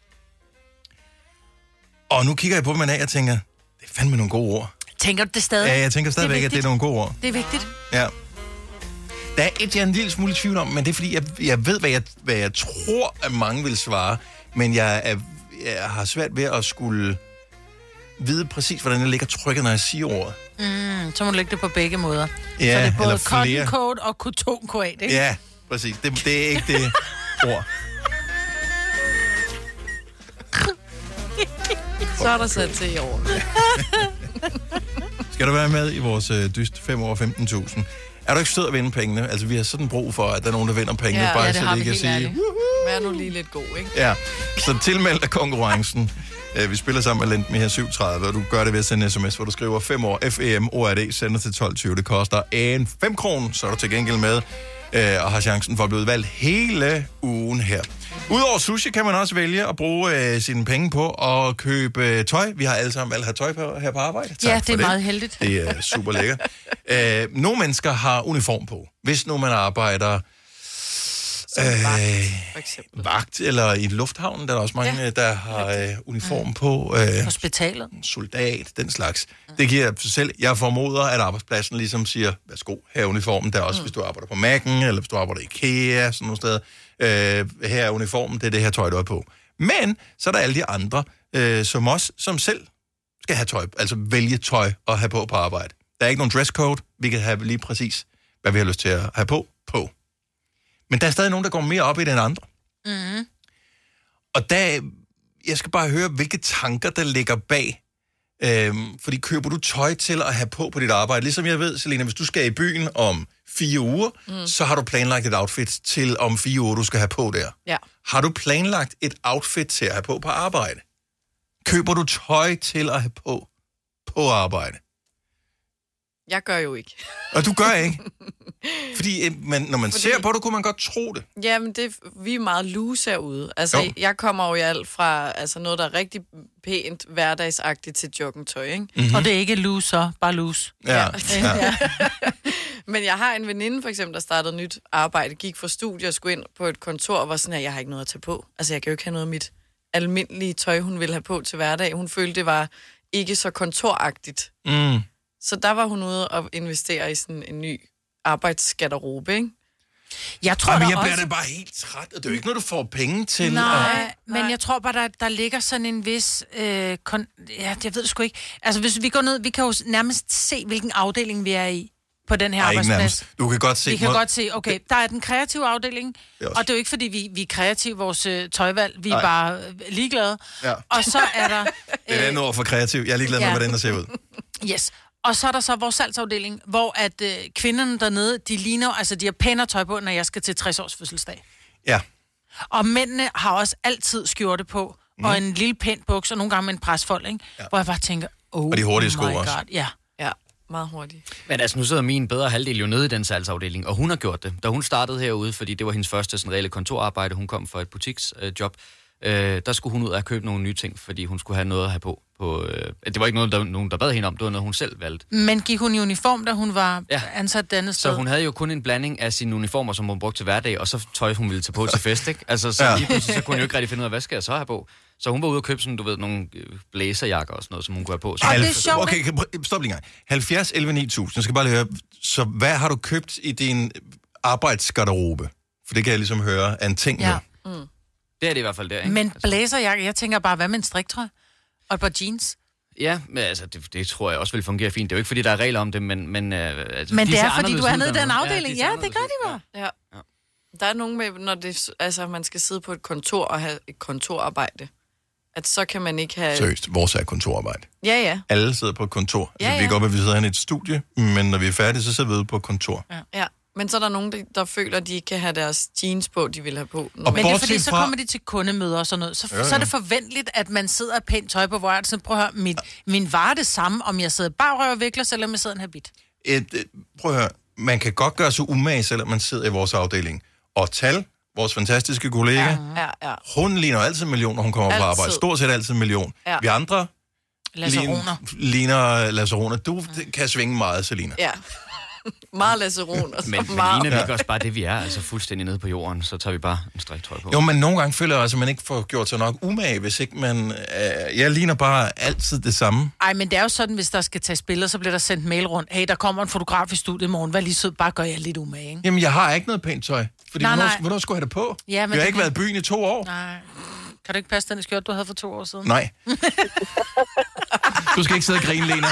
Og nu kigger jeg på dem af, og tænker, det er fandme nogle gode ord. Tænker du det stadig? Ja, jeg tænker stadigvæk, det at det er nogle gode ord. Det er vigtigt. Ja. Der er et, jeg er en lille smule i tvivl om, men det er fordi, jeg, jeg ved, hvad jeg, hvad jeg tror, at mange vil svare, men jeg, er, jeg har svært ved at skulle vide præcis, hvordan jeg ligger trykket, når jeg siger ordet. Mm, så må du lægge det på begge måder. Ja, så det er både eller flere. cotton coat og coton coat, ikke? Ja, præcis. Det, det er ikke det ord. Så er der sat til i år. Skal du være med i vores øh, dyst fem år femten tusind? Er du ikke sød at vinde pengene? Altså, vi har sådan brug for, at der er nogen, der vinder pengene. Ja, bare ja, det så har de vi kan helt sige, ærligt. Vær nu lige lidt god, ikke? ja. Så tilmeld dig konkurrencen. Uh, vi spiller sammen med Lendme her syv tredive, og du gør det ved at sende en sms, hvor du skriver fem år F E M O R D, sender til tolv tyve. Det koster en fem kroner, så er du til gengæld med uh, og har chancen for at blive udvalgt hele ugen her. Udover sushi kan man også vælge at bruge uh, sine penge på at købe uh, tøj. Vi har alle sammen valgt at have tøj på, her på arbejde. Tak ja, det er det. meget heldigt. Det er super lækkert. uh, nogle mennesker har uniform på. Hvis nu man arbejder Som øh, vagt, for eksempel. vagt, eller i lufthavnen, der er også mange, ja. der har øh, uniform mm. på. Øh, Hospitalet. Soldat, den slags. Mm. Det giver sig selv. Jeg formoder, at arbejdspladsen ligesom siger, værsgo, her er uniformen. Der er også, mm. hvis du arbejder på Mac'en, eller hvis du arbejder i IKEA, sådan nogle steder. Øh, her er uniformen, det er det her tøj, du er på. Men så er der alle de andre, øh, som også, som selv skal have tøj, altså vælge tøj at have på på arbejde. Der er ikke nogen dresscode. Vi kan have lige præcis, hvad vi har lyst til at have på, på. Men der er stadig nogen, der går mere op i den andre. Mm. Og der, jeg skal bare høre, hvilke tanker, der ligger bag. Øhm, fordi køber du tøj til at have på på dit arbejde? Ligesom jeg ved, Selena, hvis du skal i byen om fire uger, mm. så har du planlagt et outfit til om fire uger, du skal have på der. Ja. Har du planlagt et outfit til at have på på arbejde? Køber du tøj til at have på på arbejde? Jeg gør jo ikke. Og du gør ikke? Fordi man, når man Fordi... ser på det, kunne man godt tro det. Jamen, det, vi er meget loose herude. Altså, Jo. jeg kommer jo i alt fra altså, noget, der er rigtig pænt, hverdagsagtigt til joggingtøj, ikke? Mm-hmm. Og det er ikke loose, så bare loose. Ja. ja. Men jeg har en veninde, for eksempel, der startede nyt arbejde, gik fra studie og skulle ind på et kontor, og var sådan, at jeg har ikke noget at tage på. Altså, jeg kan jo ikke have noget af mit almindelige tøj, hun ville have på til hverdag. Hun følte, det var ikke så kontoragtigt. Mm. Så der var hun ude og investere i sådan en ny arbejdsgarderobe, ikke? Jeg tror, Ej, men der jeg bliver også... da bare helt træt, og det er jo ikke noget, du får penge til. Nej, Og... men jeg tror bare, der, der ligger sådan en vis... Øh, kon- ja, jeg ved det sgu ikke. Altså, hvis vi går ned, vi kan jo nærmest se, hvilken afdeling vi er i på den her Ej, ikke arbejdsplads. nærmest. Du kan godt se... Vi kan må- godt se, okay, der er den kreative afdeling, Det er også- og det er jo ikke, fordi vi, vi er kreative i vores øh, tøjvalg, vi er Nej. bare øh, ligeglade. Ja. Og så er der... Det er et andet ord for kreativ. Jeg er ligeglad med, Ja. hvordan der ser ud. Yes. Og så er der så vores salgsafdeling, hvor at øh, kvinderne dernede, de ligner, altså de har pænere tøj på, når jeg skal til tres års fødselsdag. Ja. Og mændene har også altid skjorte på, mm. og en lille pæn buks, og nogle gange med en presfold, ikke? Ja. Hvor jeg bare tænker, oh Og de hurtige sko my også. God, ja. Ja, meget hurtigt. Men altså, nu sidder min bedre halvdel jo nede i den salgsafdeling, og hun har gjort det. Da hun startede herude, fordi det var hendes første sådan, reelle kontorarbejde, hun kom fra et butiksjob, øh, der skulle hun ud og købe nogle nye ting, fordi hun skulle have noget at have på. på øh, det var ikke noget, der, nogen, der bad hende om, det var noget, hun selv valgte. Men gik hun i uniform, da hun var Ja. ansat et andet sted? Så hun havde jo kun en blanding af sine uniformer, som hun brugte til hverdag, og så tøj, hun ville tage på til fest, ikke? Altså, så Ja. lige pludselig, så kunne hun jo ikke rigtig finde ud af, hvad skal jeg så have på? Så hun var ude og købe sådan, du ved, nogle øh, blæserjakker og sådan noget, som hun kunne have på. Så Og det er sjovt, Okay, kan- stop lige en gang. halvfjerds elleve ni tusind. Jeg skal bare lige høre, så hvad har du købt i din arbejdsgarderobe? For det kan jeg ligesom høre er en ting Ja. nu. Mm. det er det i hvert fald der, ikke? Men blæserjakke, jeg tænker bare, hvad med en striktrøje? Og et par jeans? Ja, men altså, det, det tror jeg også vil fungere fint. Det er jo ikke, fordi der er regler om det, men... Men, øh, altså, Men de det ser er, fordi du anderledes er ud nede i den dernede. afdeling. de ser Ja, det anderledes gør ud. de bare. Ja. ja. Der er nogen med, når det, altså, man skal sidde på et kontor og have et kontorarbejde, at så kan man ikke have... Seriøst, vores er kontorarbejde. Ja, ja. Alle sidder på et kontor. Ja, Altså, vi ja. kan godt være, at vi sidder herinde i et studie, men når vi er færdige, så sidder vi ude på et kontor. Ja. ja. Men så er der nogen, der, der føler, at de ikke kan have deres jeans på, de vil have på. Og Men det er bortset fordi, så fra- kommer de til kundemøder og sådan noget. Så, Ja, ja. så er det forventeligt, at man sidder i pænt tøj på, hvor jeg er sådan, prøv at høre, mit, min vare er det samme, om jeg sidder bare røv og vikler, eller om jeg sidder i en habit. Et, et, prøv at høre, man kan godt gøre sig umage, selvom man sidder i vores afdeling. Og Tal, vores fantastiske kollega, ja. Ja, ja. hun ligner altid en million, når hun kommer altid. på Altid. arbejde. Stort set altid en million. Ja. Vi andre Lazaroner. lign- ligner lazaroner. Du det kan svinge meget, Selina. Ja. Meget laseron. Og så Men, men meget... ligner vi ikke også bare det, vi er? Altså fuldstændig nede på jorden, så tager vi bare en striktrøje på. Jo, men nogle gange føler jeg også, at man ikke får gjort sig nok umage, hvis ikke man... Øh, jeg ligner bare altid det samme. Ej, men det er jo sådan, hvis der skal tages billeder, så bliver der sendt mail rundt. Hey, der kommer en fotograf i studiet i morgen. Vær lige sød, bare gør jeg lidt umage, ikke? Jamen, jeg har ikke noget pænt tøj. Fordi Nej, hvornår, nej. hvornår skulle jeg have det på? Ja, men jeg har det ikke kan- været i byen i to år. Nej. Kan du ikke passe den skjort, du havde for to år siden? Nej. Du skal ikke sidde og grine, Lena.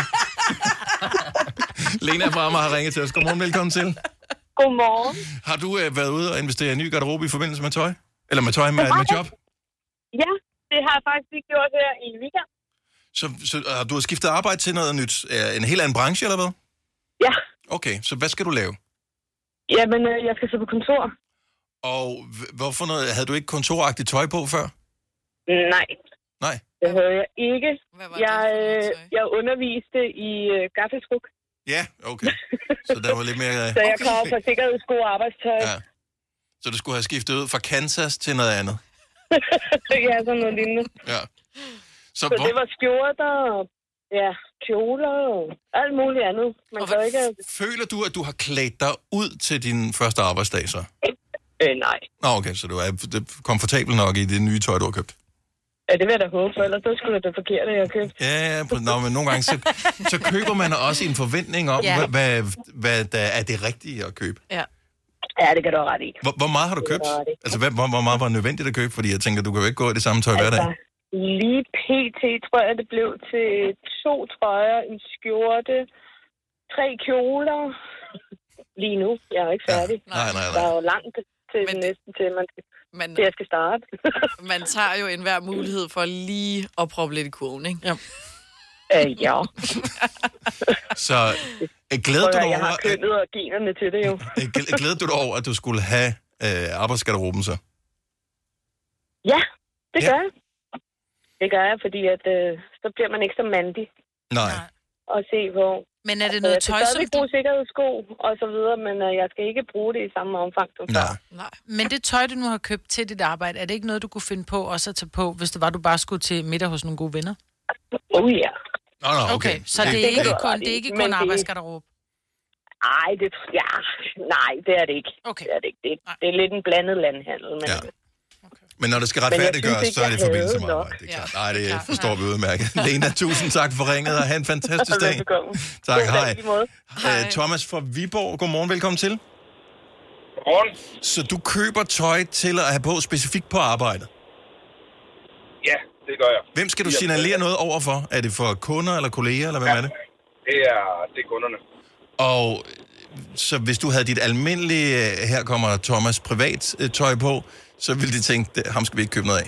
Lena fra Amager har ringet til os. Godmorgen, velkommen til. Godmorgen. Har du øh, været ude og investere i en ny garderobe i forbindelse med tøj? Eller med tøj med, med job? Ja, det har jeg faktisk lige gjort her i weekend. Så, så har du skiftet arbejde til noget nyt? Øh, En helt anden branche, eller hvad? Ja. Okay, så hvad skal du lave? Jamen, øh, jeg skal sidde på kontor. Og h- hvorfor noget? Havde du ikke kontoragtigt tøj på før? Nej. Nej. Det havde jeg ikke. Hvad var Jeg, øh, jeg underviste i øh, gaffelskuk, Ja, okay. Så der var lidt mere... øh, så jeg kommer fra sikkerhedssko og arbejdstøj. Ja. Så du skulle have skiftet ud fra Kansas til noget andet? Ja, sådan noget lignende. Ja. Så, Så hvor, det var skjorter og ja, kjoler og alt muligt andet. Man kan jo ikke... føler du, at du har klædt dig ud til din første arbejdsdag så? Øh, nej. Nå, okay, så du er det er komfortabel nok i det nye tøj, du har købt? Ja, det vil jeg da håbe, for ellers så skulle det det forkerte, jeg har købt. Ja, ja, på- nå, men nogle gange, så, så køber man også en forventning om, Ja. ja. hvad, hvad, hvad der er det rigtige at købe. Ja. Ja, det kan du have ret i. Hvor, hvor meget har du Det er købt? ret i. Altså, hvad, hvor, hvor meget var nødvendigt at købe? Fordi jeg tænker, du kan jo ikke gå i det samme tøj hver dag. Altså, lige pt. tror jeg, det blev til to trøjer, en skjorte, tre kjoler. Lige nu. Jeg er ikke færdig. Nej, nej, nej. Der er jo langt til men, næsten til, man skal, men, til jeg skal starte. Man tager jo enhver mulighed for lige at proppe lidt i kurven, ikke? Ja. Øh, ja. Så øh, glæder du dig Jeg har over, kønnet og generne til det jo. øh, glæ- glæder du dig over, at du skulle have øh, arbejdsgarderoben så? Ja, det Ja. gør jeg. Det gør jeg, fordi at, øh, så bliver man ikke så mandig Nej. at se på. Men er det Altså, noget jeg tøj, skal som stadigvæk du... bruge sikkerhedssko og så videre, men øh, jeg skal ikke bruge det i samme omfang som før. Nej. Men det tøj, du nu har købt til dit arbejde, er det ikke noget, du kunne finde på også at tage på, hvis det var, du bare skulle til middag hos nogle gode venner? Oh ja. Nå, nå, okay. Okay, så det er ikke kun, det er ikke kun arbejdsgarderobe? Nej, det, ja, nej, det er det ikke. Okay. Det er, det ikke. Det, det er lidt en blandet landhandel. Men, Ja. Men når det skal retfærdiggøres, så er det i forbindelse med arbejde. Det er klart. Nej, det forstår vi udmærket. Lena, tusind tak for ringet, og have en fantastisk dag. Tak, hej. Uh, Thomas fra Viborg, godmorgen, velkommen til. Godmorgen. Så du køber tøj til at have på specifikt på arbejdet? Ja, det gør jeg. Hvem skal du signalere noget overfor? Er det for kunder eller kolleger, eller hvem ja, er det? Det er, det er kunderne. Og så hvis du havde dit almindelige, her kommer Thomas privat tøj på, så ville de tænke, ham skal vi ikke købe noget af.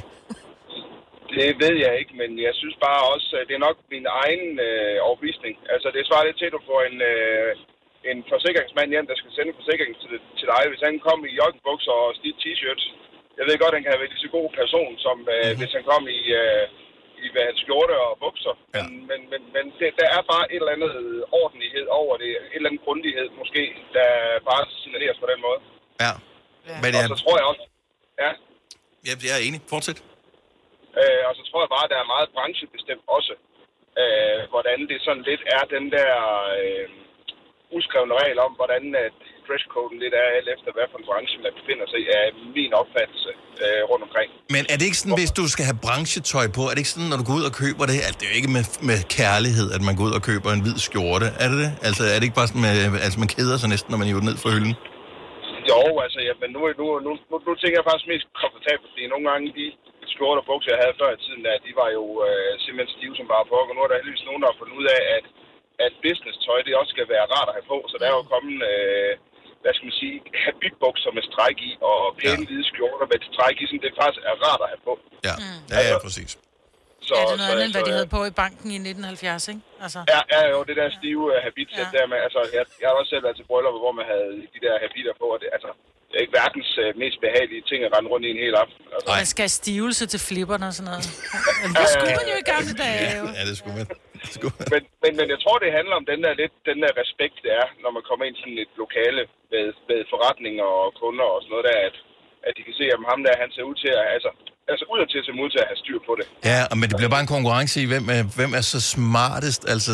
Det ved jeg ikke, men jeg synes bare også, at det er nok min egen øh, overbevisning. Altså, det svarer lidt til, at du får en, øh, en forsikringsmand hjem, der skal sende forsikring til, til dig. Hvis han kom i joggingbukser og slidt t-shirt, jeg ved godt, at han kan have været lige så god person, som øh, mm-hmm. hvis han kom i, øh, i hvad, skjorte og bukser. Ja. Men, men, men, men det, der er bare et eller andet ordentlighed over det, et eller andet grundighed måske, der bare signaleres på den måde. Ja. ja. Men, og så tror jeg også, ja. Ja, jeg er enig. Fortsæt. Øh, og så tror jeg bare, at der er meget branchebestemt også, øh, hvordan det sådan lidt er den der øh, uskrevne regel om, hvordan at dresscoden lidt er alt efter, hvad for en branche man befinder sig i, er min opfattelse øh, rundt omkring. Men er det ikke sådan, hvis du skal have branchetøj på, er det ikke sådan, når du går ud og køber det, altså det er jo ikke med, med kærlighed, at man går ud og køber en hvid skjorte, er det det? Altså er det ikke bare sådan, med, altså man keder sig næsten, når man hiver den ned fra hylden? Jo, altså, ja, men nu, nu, nu, nu, nu tænker jeg faktisk mest komfortabelt, fordi nogle gange de skjorter og bukser, jeg havde før i tiden, der, de var jo øh, simpelthen stive som bare pokker. Nu er der heldigvis nogen, der har fundet ud af, at, at business-tøj, det også skal være rart at have på. Så der er jo kommet, øh, hvad skal man sige, habitbukser med stræk i, og pæne ja. hvide skjorter med stræk i, sådan det faktisk er rart at have på. Ja, mm. ja, ja, præcis. Så, ja, det er noget så, andet, så, hvad de havde på i banken i nitten halvfjerds, ikke? Altså. Ja, ja, jo, det der stive uh, habitsæt ja. der med, altså, jeg, jeg har også selv været til bryllupper, hvor man havde de der habiter på, og det, altså, det er ikke verdens uh, mest behagelige ting at rende rundt i en hel aften. Altså. Man skal have stivelse til flipperne og sådan noget. Det skulle man jo i gamle dage, jo. Ja, det skulle man. men, men, men jeg tror, det handler om den der, lidt, den der respekt, det er, når man kommer ind i sådan et lokale med, med forretninger og kunder og sådan noget der, at, at de kan se, at ham der, han ser ud til at, altså, altså ud til at se ud til at have styr på det. Ja, men det bliver bare en konkurrence i, hvem er, hvem er så smartest, altså.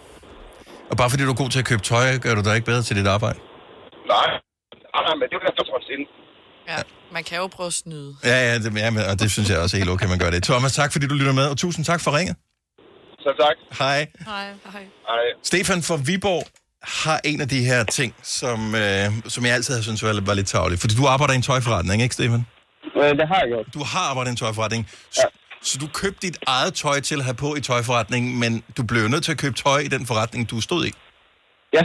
Og bare fordi du er god til at købe tøj, gør du dig ikke bedre til dit arbejde? Nej, nej, men det er jo trods ind. Ja, man kan jo prøve at snyde. Ja, ja, det, ja, og det synes jeg også er helt okay, man gør det. Thomas, tak fordi du lytter med, og tusind tak for ringet. Så tak. Hej. Hej. Hej. Hej. Stefan fra Viborg har en af de her ting, som, øh, som jeg altid har syntes var, var lidt tarveligt. Fordi du arbejder i en tøjforretning, ikke Stefan? Øh, det har jeg gjort. Du har arbejdet i en tøjforretning. Ja. Så, så du købte dit eget tøj til at have på i tøjforretningen, men du blev nødt til at købe tøj i den forretning, du stod i? Ja.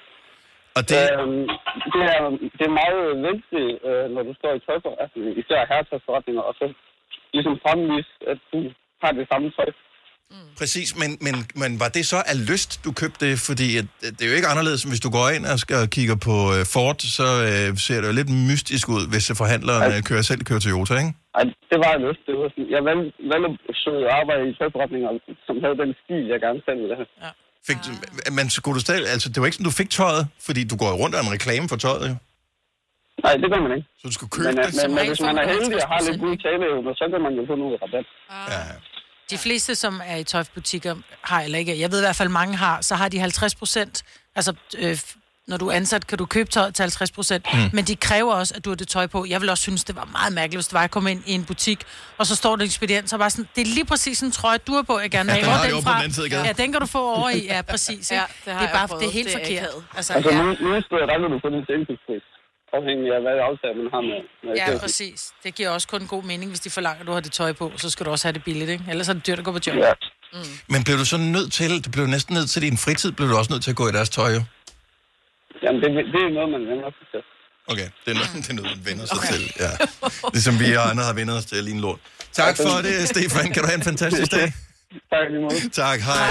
Og det... Øhm, det, er, det er meget vigtigt, øh, når du står i tøjforretningen, især herretøjsforretninger, og så ligesom fremvise, at du har det samme tøj. Mm. Præcis, men, men, men var det så af lyst, du købte det? Fordi at, det er jo ikke anderledes, hvis du går ind og, skal, og kigger på uh, Ford, så uh, ser det jo lidt mystisk ud, hvis forhandleren uh, kører selv kører Toyota, ikke? Nej, det var af lyst. Det var sådan, jeg valgte, valgte at arbejde i tøjforretninger, som havde den stil, jeg gerne selv ville have. Ja. Fik du, men skulle du stadig, altså det var ikke sådan, du fik tøjet, fordi du går rundt af en reklame for tøjet, jo? Nej, det gør man ikke. Så du skulle købe men, det? Men, men hvis man er heldig og har lidt gode taleevner, så kan man jo få noget rabat. Ja. De fleste, som er i tøjbutikker, har eller ikke, jeg ved i hvert fald mange har, så har de halvtreds procent, altså øh, når du er ansat, kan du købe tøj til halvtreds procent, mm. men de kræver også, at du har det tøj på. Jeg vil også synes, det var meget mærkeligt, hvis det var, at komme ind i en butik, og så står der en ekspedient, så bare sådan, det er lige præcis en trøje, du har på, jeg gerne vil have. Ja, den, den fra, den side, ja, den kan du få over i, ja, præcis. Ja, det, det er bare, prøvet. Det er helt det er forkert. Altså, altså ja. nu steder, der vil du få den til indkøbspris, afhængig af, hvad aftale man har med. med ja, præcis. Det giver også kun god mening, hvis de forlanger, at du har det tøj på, så skal du også have det billigt, ikke? Ellers er det dyrt at gå på job. Ja. Mm. Men blev du så nødt til, du blev næsten nødt til din fritid, blev du også nødt til at gå i deres tøj, jo? Jamen, det, det er noget, man vender sig til. Okay, det er noget, det er noget man vender sig okay. til, ja. Ligesom vi og andre har vendt os til lige en lort. Tak for det, Stefan. Kan du have en fantastisk dag? Tak, lige måde. Tak, hej.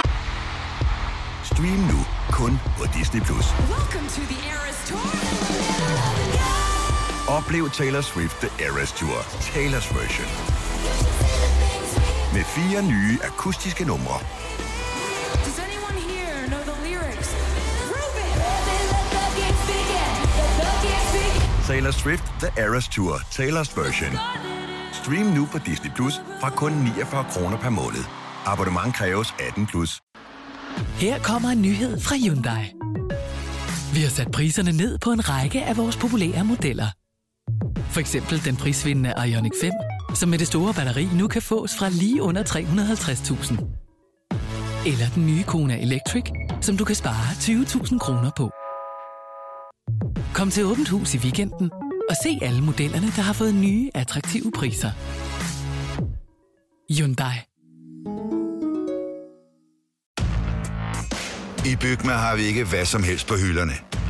Stream nu kun på Disney plus. Oplev Taylor Swift The Eras Tour, Taylor's version. Med fire nye akustiske numre. Taylor Swift The Eras Tour, Taylor's version. Stream nu på Disney Plus fra kun niogfyrre kroner per måned. Abonnement kræves atten plus. Her kommer en nyhed fra Hyundai. Vi har sat priserne ned på en række af vores populære modeller. For eksempel den prisvindende Ioniq fem, som med det store batteri nu kan fås fra lige under tre hundrede og halvtreds tusind. Eller den nye Kona Electric, som du kan spare tyve tusind kroner på. Kom til Åbent Hus i weekenden og se alle modellerne, der har fået nye, attraktive priser. Hyundai. I Bygma har vi ikke hvad som helst på hylderne.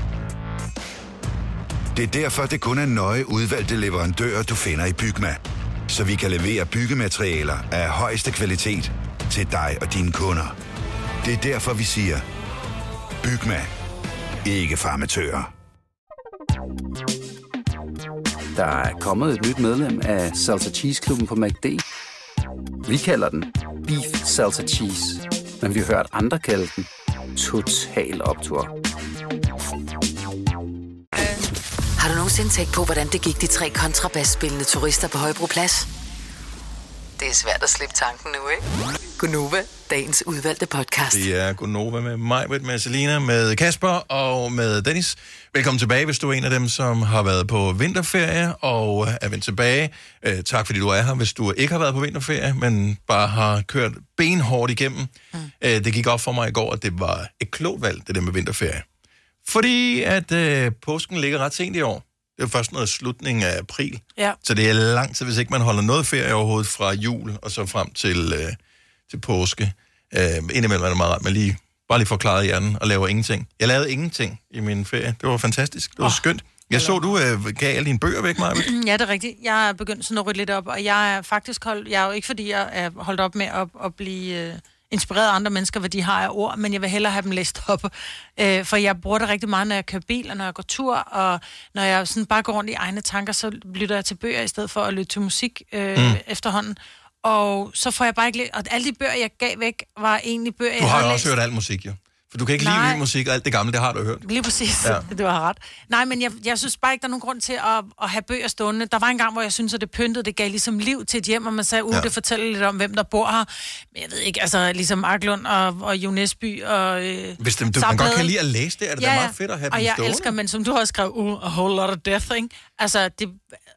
Det er derfor, det kun er nøje udvalgte leverandører, du finder i Bygma. Så vi kan levere byggematerialer af højeste kvalitet til dig og dine kunder. Det er derfor, vi siger, Bygma. Ikke farmatører. Der er kommet et nyt medlem af Salsa Cheese Klubben på McD. Vi kalder den Beef Salsa Cheese, men vi har hørt andre kalde den Total Optur. Har du nogensinde tænkt på, hvordan det gik de tre kontrabasspillende turister på Højbroplads? Det er svært at slippe tanken nu, ikke? Gunova, dagens udvalgte podcast. Det er Gunova med mig, med Selina, med Kasper og med Dennis. Velkommen tilbage, hvis du er en af dem, som har været på vinterferie og er vendt tilbage. Uh, tak fordi du er her, hvis du ikke har været på vinterferie, men bare har kørt benhårdt igennem. Mm. Uh, det gik op for mig i går, at det var et klogt valg, det der med vinterferie. Fordi at uh, påsken ligger ret sent i år. Det er først noget slutningen af april. Ja. Så det er lang tid, hvis ikke man holder noget ferie overhovedet fra jul og så frem til, øh, til påske. Øh, indimellem er det meget rart, men lige, bare lige forklaret hjernen og laver ingenting. Jeg lavede ingenting i min ferie. Det var fantastisk. Det var oh. skønt. Jeg så, du øh, gav alle dine bøger væk, Maja. Ja, det er rigtigt. Jeg er begyndt sådan at rydde lidt op, og jeg er faktisk holdt... Jeg er jo ikke, fordi jeg er holdt op med at, at blive... Øh, inspireret af andre mennesker, hvad de har af ord, men jeg vil hellere have dem læst op. Øh, for jeg bruger det rigtig meget, når jeg kører bil, og når jeg går tur, og når jeg sådan bare går rundt i egne tanker, så lytter jeg til bøger, i stedet for at lytte til musik øh, mm. efterhånden. Og så får jeg bare ikke... Og alle de bøger, jeg gav væk, var egentlig bøger, jeg Du har jo læst. også hørt alt musik, jo. For du kan ikke lide ny musik, og alt det gamle, det har du hørt. Lige præcis, ja. Du har ret. Nej, men jeg, jeg synes bare ikke, der er nogen grund til at, at have bøger stående. Der var en gang, hvor jeg synes, at det pyntede, det gav ligesom liv til et hjem, og man sagde, uh, ja. Det fortæller lidt om, hvem der bor her. Men jeg ved ikke, altså ligesom Arklund og, og Jo Nesby og øh, Hvis det, du, man godt kan lide at læse det, er det ja, da meget fedt at have og dem jeg stående. elsker, men som du har skrevet, uh, a whole lot of death, ikke? Altså, det...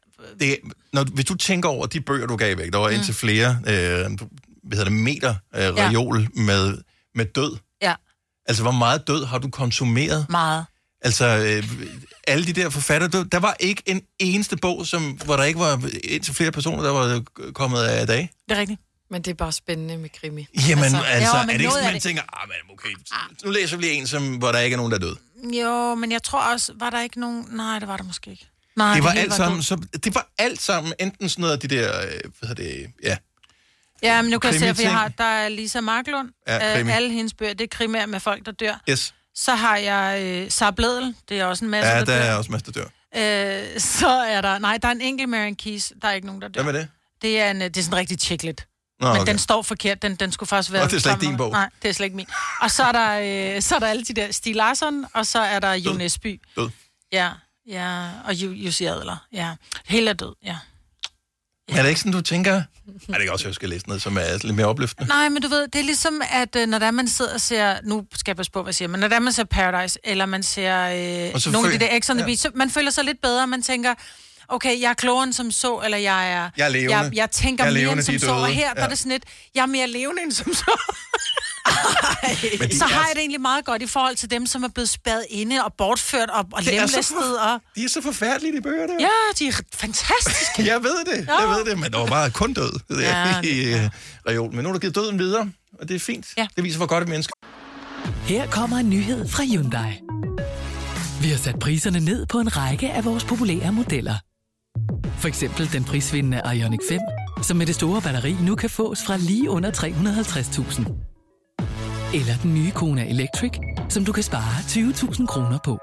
det når, hvis du tænker over de bøger, du gav væk, der var mm. indtil flere øh, hvad hedder det, meter øh, reol ja. med, med død. Ja. Altså, hvor meget død har du konsumeret? Meget. Altså, øh, alle de der forfattere, der var ikke en eneste bog, som, hvor der ikke var indtil flere personer, der var kommet af dag. Det er rigtigt. Men det er bare spændende med krimi. Jamen, altså, altså jo, er det ikke sådan, man det... tænker, ah, men okay, nu læser vi lige en, som, hvor der ikke er nogen, der er død. Jo, men jeg tror også, var der ikke nogen... Nej, det var der måske ikke. Nej, det var det alt var sammen, så, det var alt sammen, enten sådan noget af de der, hvad hedder det, ja. Ja, men nu kan jeg se, for jeg Krimi-ting. har, der er Lisa Marklund, Ja, ja, krimi. alle hendes bøger, det er krimier med folk, der dør. Yes. Så har jeg øh, Sara Blædel, det er også en masse, Ja, der der dør. er også masser, der dør. Øh, så er der, nej, der er en enkelt Marion Keys, der er ikke nogen, der dør. Hvem er det? Det er, en, det er sådan en rigtig chicklet. Nå, Men okay. den står forkert, den, den skulle faktisk være... Nå, det er slet ikke sammen- din bog. Nej, det er slet ikke min. Og så er der, øh, så er der alle de der Stig Larsson, og så er der Jo Nesby. Død. Ja, ja, og Jussi Adler, ja. Hele er død, ja. Men er det ikke sådan, du tænker, er det ikke også, at jeg skal læse noget, som er lidt mere opløftende? Nej, men du ved, det er ligesom, at øh, når der man sidder og ser... Nu skal jeg passe på, hvad jeg siger, men når der man ser Paradise, eller man ser øh, Og så nogle af føl- de der X on the ja. Beach, så man føler sig lidt bedre, man tænker... Okay, jeg er klogere end som så, eller jeg er... Jeg er levende. Jeg, jeg tænker Jeg er mere levende, end som de er så, og døde. her der Ja. er det sådan lidt, jeg er mere levende end som så. Men de Så er- har jeg det egentlig meget godt i forhold til dem, som er blevet spadet inde og bortført og, og Det er så lemlæstet. for- Og... De er så forfærdelige, de bøger der. Ja, de er fantastiske. Jeg ved det, jeg ved det, men der var bare kun død der Ja, i øh, reol. Men nu har du givet døden videre, og det er fint. Ja. Det viser, hvor godt et menneske. Her kommer en nyhed fra Hyundai. Vi har sat priserne ned på en række af vores populære modeller. For eksempel den prisvindende Ioniq fem, som med det store batteri nu kan fås fra lige under tre hundrede og halvtreds tusind. Eller den nye Kona Electric, som du kan spare tyve tusind kroner på.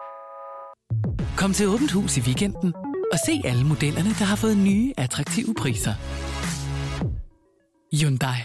Kom til Åbent Hus i weekenden og se alle modellerne, der har fået nye, attraktive priser. Hyundai.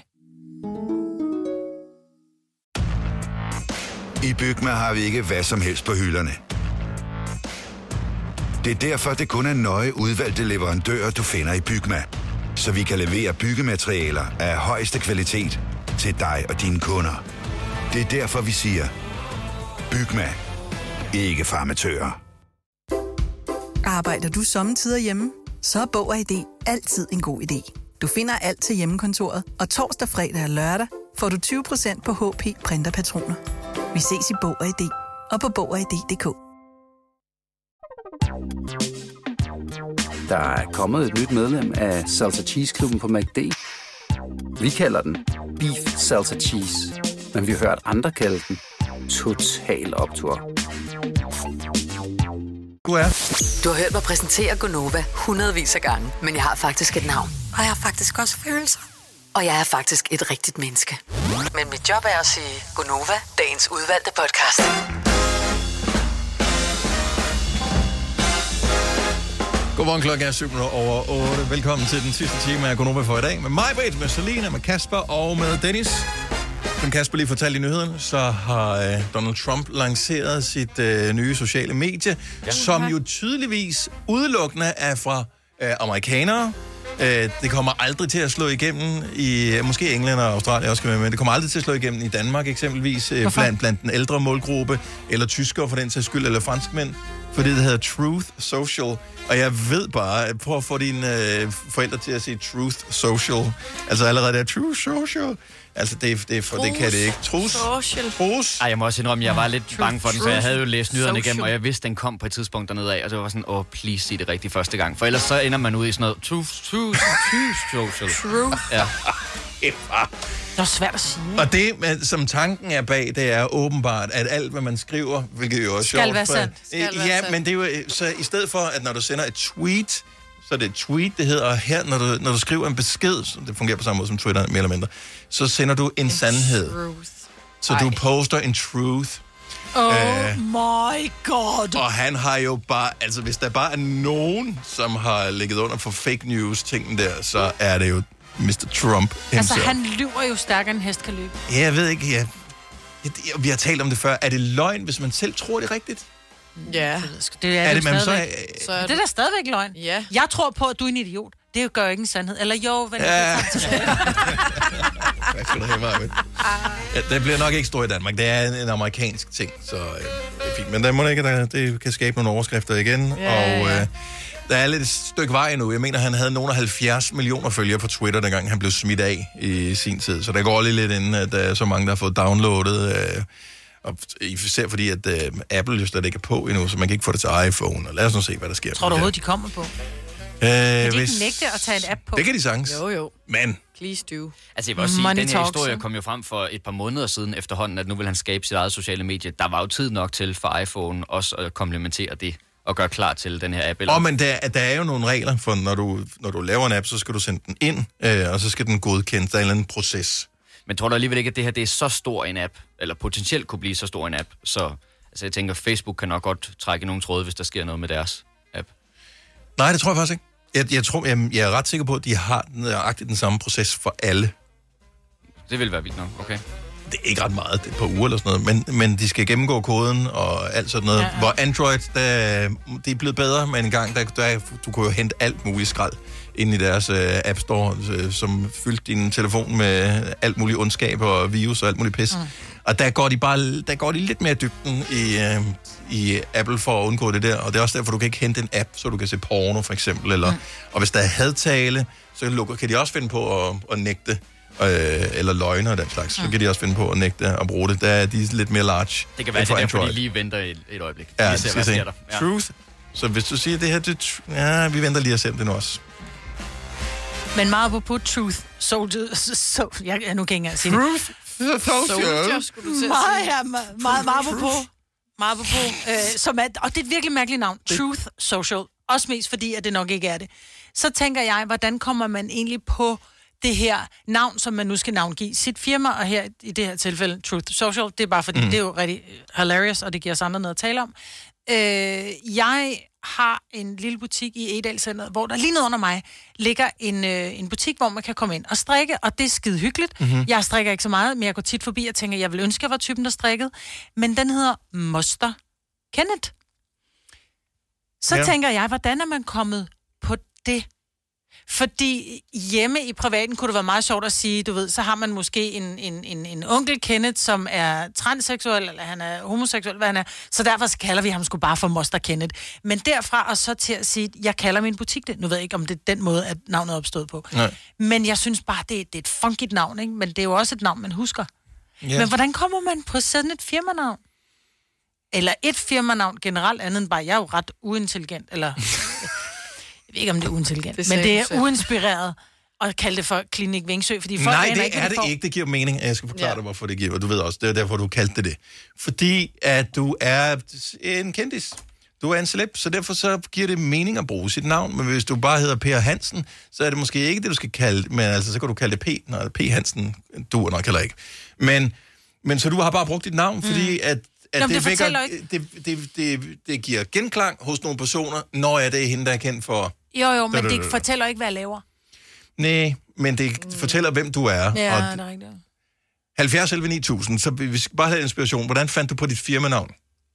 I Bygma har vi ikke hvad som helst på hylderne. Det er derfor, det kun er nøje udvalgte leverandører, du finder i Bygma. Så vi kan levere byggematerialer af højeste kvalitet til dig og dine kunder. Det er derfor, vi siger, Bygma. Ikke farmatører. Arbejder du sommetider hjemme? Så er Bog og I D altid en god idé. Du finder alt til hjemmekontoret, og torsdag, fredag og lørdag får du tyve procent på H P printerpatroner. Vi ses i Bog og I D og på bog og i d punktum d k. Der er kommet et nyt medlem af Salsa Cheese Klubben på McD. Vi kalder den Beef Salsa Cheese, men vi har hørt andre kalde den Total Optur. Du er. Du har hørt mig præsentere Gonova hundredvis af gange, men jeg har faktisk et navn. Og jeg har faktisk også følelser. Og jeg er faktisk et rigtigt menneske. Men mit job er at sige Gonova, dagens udvalgte podcast. Godmorgen, klokken er syv over otte. Velkommen til den sidste time af Gonova for i dag. Med mig, Britt, med Selina, med Kasper og med Dennis. Som Kasper lige fortalte i nyhederne, så har øh, Donald Trump lanceret sit øh, nye sociale medie, ja. som jo tydeligvis udelukkende er fra øh, amerikanere. Øh, det kommer aldrig til at slå igennem i, måske England og Australien også kan være med, det kommer aldrig til at slå igennem i Danmark eksempelvis, øh, blandt, blandt den ældre målgruppe, eller tyskere for den sags skyld, eller franskmænd, fordi det hedder Truth Social. Og jeg ved bare, prøv at få dine øh, forældre til at sige Truth Social. Altså allerede der, Truth Social. Altså, det, det, for, det kan det ikke. Trus. Trus. Ej, jeg må også indrømme, jeg var lidt bange for den, for jeg havde jo læst nyhederne igennem, og jeg vidste, den kom på et tidspunkt dernede af, og det var sådan, åh, oh, please, sig det rigtigt første gang. For ellers så ender man ud i sådan noget, truth, truth, truth, social. Truth. Ja. Det er svært at sige. Og det, som tanken er bag, det er åbenbart, at alt, hvad man skriver, hvilket jo også skal sjovt, være sandt. Skal ja, være sandt. men det er jo, så i stedet for, at når du sender et tweet, så er det et tweet, det hedder, og her, når du, når du skriver en besked, så det fungerer på samme måde som Twitter, mere eller mindre, så sender du en, en sandhed. Truth. Så Ej. du poster en truth. Oh uh, my god. Og han har jo bare, altså hvis der bare er nogen, som har ligget under for fake news tingen der, så er det jo mister Trump himself. Altså han lyver jo stærkere end hest kan løbe. Ja, jeg ved ikke, ja. Vi har talt om det før. Er det løgn, hvis man selv tror, det er rigtigt? Ja. Det er, er det, det, så, så er det er da stadigvæk løgn. Ja. Jeg tror på, at du er en idiot. Det gør jo ikke en sandhed. Eller jo, hvad ja. det Hvad skal du have mig med? Ja, det bliver nok ikke stor i Danmark. Det er en, en amerikansk ting, så øh, det er fint. Men der må ikke, der, det kan skabe nogle overskrifter igen. Ja, og øh, der er lidt et stykke vej nu. Jeg mener, han havde nogle af halvfjerds millioner følgere på Twitter, dengang han blev smidt af i sin tid. Så der går lige lidt inden, at der er så mange, der har fået downloadet. Øh, og især fordi, at øh, Apple jo slet ikke er på endnu, så man kan ikke få det til iPhone. Og lad os nu se, hvad der sker. Tror du overhovedet, de kommer på? Øh, kan de hvis... ikke nægte at tage en app på? Det kan de sagtens. Jo, jo. Men... Please do. Altså, jeg vil også sige, Money at den her talks, historie ja. kom jo frem for et par måneder siden efterhånden, at nu vil han skabe sit eget sociale medie. Der var jo tid nok til for iPhone også at komplementere det og gøre klar til den her app. Åh, oh, men der, der er jo nogle regler for, når du, når du laver en app, så skal du sende den ind, øh, og så skal den godkendes. Der er en eller anden proces. Men tror du alligevel ikke, at det her det er så stor en app, eller potentielt kunne blive så stor en app, så altså, jeg tænker, Facebook kan nok godt trække nogle tråde, hvis der sker noget med deres app. Nej, det tror jeg faktisk ikke. Jeg, jeg, tror, jeg, jeg er ret sikker på, at de har nøjagtigt den samme proces for alle. Det vil være vildt nok, okay. Det er ikke ret meget, det er et par uger eller sådan noget, men, men de skal gennemgå koden og alt sådan noget. Ja, ja. Hvor Android, der, det er blevet bedre, men en gang, der, der, du kunne jo hente alt muligt skrald ind i deres uh, App Store, uh, som fyldte din telefon med alt muligt ondskab og virus og alt muligt pis. Mm. Og der går de bare der går de lidt mere dybden i, uh, i Apple for at undgå det der, og det er også derfor, du kan ikke hente en app, så du kan se porno for eksempel, eller, mm. og hvis der er hadtale, så kan de også finde på at, at nægte Øh, eller løgner og den slags, så kan de også finde på at nægte at bruge det. Der er de lidt mere large. Det kan være, det er derfor, de lige venter et, et øjeblik. Ja, vi ser, hvad sker der. Ja. Truth. Så hvis du siger det her, det tr- ja, vi venter lige at se det nu også. Men meget på Truth Soldier, so, jeg, jeg nu kan ikke engang sige Truth Soldier, skulle du til at meget, sige. ja, meget, meget, meget på meget på, øh, som er, og det er et virkelig mærkeligt navn. Truth Social. Også mest fordi, at det nok ikke er det. Så tænker jeg, hvordan kommer man egentlig på det her navn, som man nu skal navngive sit firma, og her i det her tilfælde Truth Social, det er bare fordi, mm. det er jo rigtig hilarious, og det giver os andre noget at tale om. Øh, jeg har en lille butik i Edalcenteret, hvor der lige ned under mig ligger en, øh, en butik, hvor man kan komme ind og strikke, og det er skide hyggeligt. Mm-hmm. Jeg strikker ikke så meget, men jeg går tit forbi og tænker, jeg vil ønske, jeg var typen, der strikkede. Men den hedder Moster Kenneth. Så Ja. ja. tænker jeg, hvordan er man kommet på det? Fordi hjemme i privaten kunne det være meget sjovt at sige, du ved, så har man måske en, en, en, en onkel Kenneth, som er transseksuel, eller han er homoseksuel, hvad han er. Så derfor så kalder vi ham sgu bare for Moster Kenneth. Men derfra og så til at sige, jeg kalder min butik det. Nu ved jeg ikke, om det er den måde, at navnet er opstået på. Nej. Men jeg synes bare, det, det er et funkigt navn, ikke? Men det er jo også et navn, man husker. Ja. Men hvordan kommer man på sådan et firmanavn? Eller et firmanavn generelt, andet end bare, jeg er jo ret uintelligent, eller... Jeg ved ikke, om det er uintelligent, Det det men sagde det du er selv. uinspireret at kalde det for Klinik Vingsø, fordi folk Nej, aner det ikke, er hvad det de får. ikke. Det giver mening. Jeg skal forklare Ja. dig, hvorfor det giver. Du ved også, det er derfor, du kaldte det det. Fordi at du er en kendis. Du er en celeb, så derfor så giver det mening at bruge sit navn. Men hvis du bare hedder Per Hansen, så er det måske ikke det, du skal kalde det. Men altså, så kan du kalde det P. Nej, P. Hansen duer nok heller ikke. Men, men så du har bare brugt dit navn, fordi Mm. at, at Nå, det, det vækker, fortæller ikke- det, det, det, det giver genklang hos nogle personer, når er det hende, der er kendt for... Jo, jo, men det fortæller ikke, hvad jeg laver. Nej, men det fortæller, hvem du er. Ja, og det er rigtigt. halvfjerds elleve ni tusind, så vi skal bare have inspiration. Hvordan fandt du på dit firmanavn?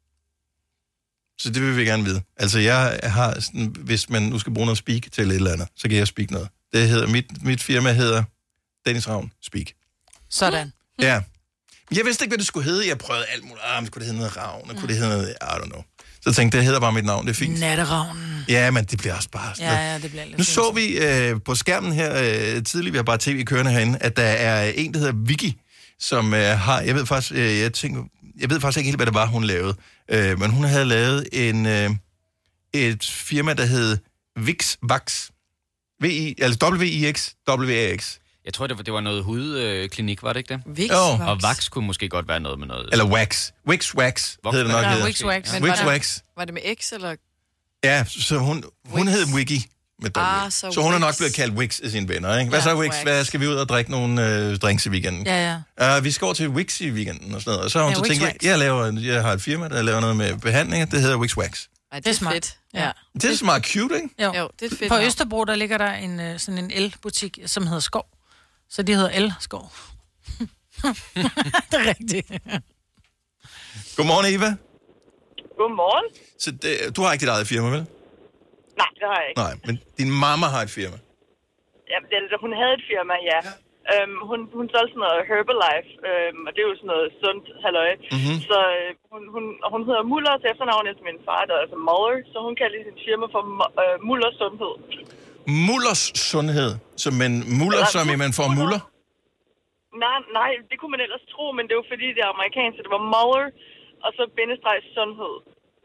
Så det vil vi gerne vide. Altså, jeg har sådan, hvis man nu skal bruge noget speak til et eller andet, så kan jeg speak noget. Det hedder, mit, mit firma hedder Dennis Ravn Speak. Sådan. Ja. Men jeg vidste ikke, hvad det skulle hedde. Jeg prøvede alt muligt. Ah, men skulle det hedde noget Ravn? Og kunne det hedde noget, I don't know. Så jeg tænkte, det hedder bare mit navn, det er fint. Natteravnen. Ja, men det bliver også bare sådan Ja, noget. ja, det bliver lidt Nu så vi øh, på skærmen her øh, tidligere, vi har bare tv kørende herinde, at der er en, der hedder Vicky, som øh, har, jeg ved faktisk, øh, jeg tænker, jeg ved faktisk ikke helt, hvad det var, hun lavede, øh, men hun havde lavet en, øh, et firma, der hed Vix Vax. V I, altså W I X, W A X. Jeg tror, det var, det var noget hudklinik, var det ikke det? Vix Jo. Og wax kunne måske godt være noget med noget... Eller Wax. Wix Wax hedder det nok. Ja, hedder. Wix Wax. Men Wix var det- Wax. Var det med X, eller? Ja, så hun, hun hed Wiggy med W. Ah, så, så så hun er Wix. nok blevet kaldt Wix af sine venner, ikke? Hvad Ja, så, Wix? Wax. Hvad skal vi ud og drikke nogle øh, drinks i weekenden? Ja, ja. Uh, vi skal over til Wix i weekenden og sådan noget. Og så har hun Ja, så Wix tænkt, jeg, Wax. jeg, laver, jeg har et firma, der laver noget med behandlinger. Det hedder Wix Wax. Ej, det, Det er er smart. fedt. Ja. Det er så meget cute, ikke? Jo. Jo, det er et fedt På navn. Østerbro, der ligger der en, øh, sådan en el-butik, som hedder Skov. Så det hedder El-Skov. Det er rigtigt. Godmorgen, Eva. Godmorgen. Så det, du har ikke dit eget firma, vel? Nej, det har jeg ikke. Nej, men din mamma har et firma. Ja, det, hun havde et firma, ja. ja. Øhm, hun, hun solgte sådan noget Herbalife, øhm, og det er jo sådan noget sundt halløj. Mhm. Så øh, hun, hun, og hun hedder Muller til efternavn efter min far, der er altså Muller, så hun kalder sin firma for øh, Mullers Sundhed. Mullers Sundhed. Så men muller, Eller- som i man får muller? Nej, nej, det kunne man ellers tro, men det er jo fordi, det er amerikansk, så det var Muller, og så bindestreg Sundhed.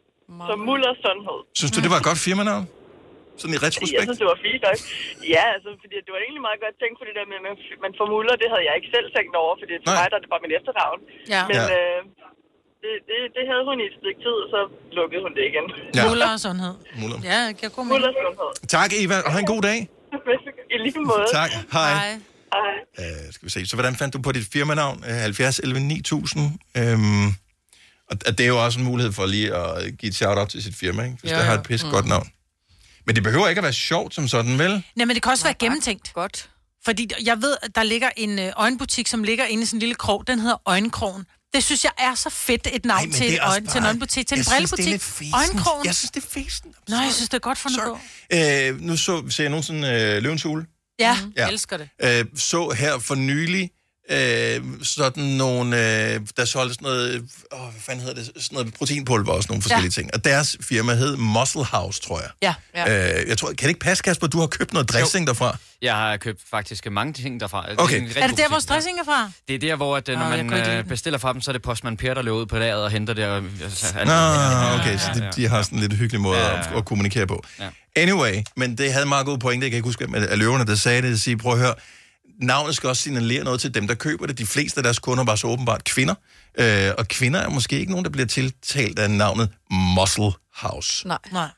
Så Mullers Sundhed. Synes du, det var et godt firmanavn? Sådan i Jeg retrospekt? synes, det var fint nok. Ja, altså, fordi det var egentlig meget godt tænkt på det der med, at man, man får muller. Det havde jeg ikke selv tænkt over, fordi for Nej. mig der er det bare min efternavn. Ja. Men Ja. øh, det, det, det havde hun i et stykke tid, og så lukkede hun det igen. Ja. Muller og sundhed. Muller. Ja, det giver god Mullers mening. Sundhed. Tak, Eva, og have en god dag. I lige måde. Tak. Hej. Hej. Hej. Uh, skal vi se. Så hvordan fandt du på dit firmanavn? Uh, halvfjerds elleve ni tusind. Um, og, og det er jo også en mulighed for lige at give et shout-out til sit firma, ikke? Hvis Jo, det har jo. et pisse Mm. godt navn. Men det behøver ikke at være sjovt som sådan, vel? Nej, men det kan også være gennemtænkt. Godt. Fordi jeg ved, at der ligger en øh, øjenbutik, som ligger inde i sådan en lille krog. Den hedder Øjenkrogen. Det synes jeg er så fedt et navn men til, det er også øjen, til en bare- øjenbutik, til en jeg synes, det er brillebutik. lidt fesen. Øjenkrogen. Jeg synes, det er fesen. Nå, jeg synes, det er godt fundet på. Uh, nu så, ser jeg nogensinde uh, Løvens Hule. Ja, Ja. jeg elsker det. Øh, så her for nylig øh, sådan nogle, øh, der solgte sådan noget, åh, hvad fanden hedder det, sådan noget proteinpulver og sådan nogle forskellige Ja. ting. Og deres firma hed Muscle House, tror jeg. Ja. Ja. Øh, jeg tror, kan det ikke passe, Kasper, du har købt noget dressing derfra? Jeg har købt faktisk mange ting derfra. Det Okay. en rigtig Er det god der, hvor butik, ja. stressing er fra? Det er der, hvor at, øh, når Åh, jeg man kunne ikke lide øh, den. bestiller fra dem, så er det postmand Per, der løber ud på lageret og henter det. Og, altså, alt Nå, muligt. okay, så de, de har sådan en lidt hyggelig måde Ja, ja, at, ja. at kommunikere på. Ja. Anyway, men det havde en meget god pointe, jeg kan ikke huske, hvem af løverne, der sagde det, at sige, prøv at høre, navnet skal også signalere noget til dem, der køber det. De fleste af deres kunder var så åbenbart kvinder, øh, og kvinder er måske ikke nogen, der bliver tiltalt af navnet Muscle House. Nej. Nej.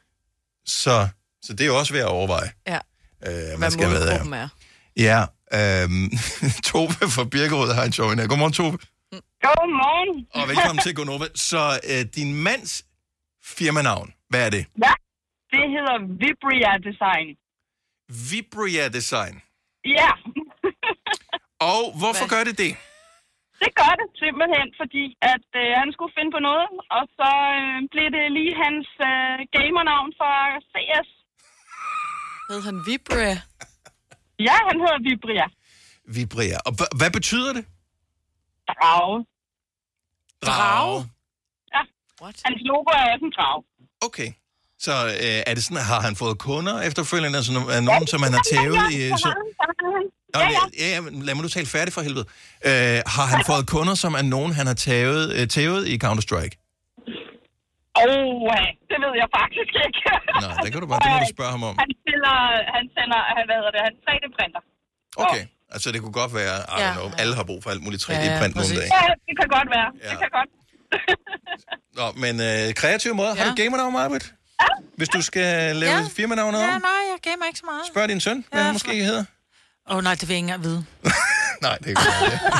Så, så det er jo også værd at overveje. Ja. Øh, Hvad skal være målgruppen der. er. Ja, øhm, Tove fra Birkerød har en show her. Godmorgen, Tove. Godmorgen. Og velkommen til Gonova. Så øh, din mands firmanavn, hvad er det? Ja, det hedder Vibria Design. Vibria Design. Ja. Og hvorfor gør det det? Det gør det simpelthen, fordi at øh, han skulle finde på noget, og så øh, blev det lige hans øh, gamernavn for C S. Hed han Vibria? Ja, han hedder Vibria. Vibria. Og h- hvad betyder det? Drage. Drage? Ja. What? Hans logo er også en drage. Okay. Så øh, er det sådan, har han fået kunder efterfølgende? Altså, er nogen, som han har tævet i... Så... Nå, ja, ja. ja, lad mig nu tale færdigt for helvede. Øh, har han fået kunder, som er nogen, han har tævet, øh, tævet i Counter-Strike? Åh, oh, det ved jeg faktisk ikke. Nå, det kan du bare, det må du spørge ham om. Han sender, han sender, han, hvad hedder det, han tre D-printer. Okay, altså det kunne godt være, I don't know, alle har brug for alt muligt tre D-print nogle dage. Ja, det kan godt være. Ja. Det kan godt. Nå, men øh, kreativ måde. Ja. Har du gamernavn, Marbet? Ja. Hvis du skal lave Ja. et firmanavn om? Ja, nej, jeg gamer ikke så meget. Spørg din søn, hvad Ja, han måske hedder. Åh oh, nej, det vil jeg ikke engang vide. Nej, det er ikke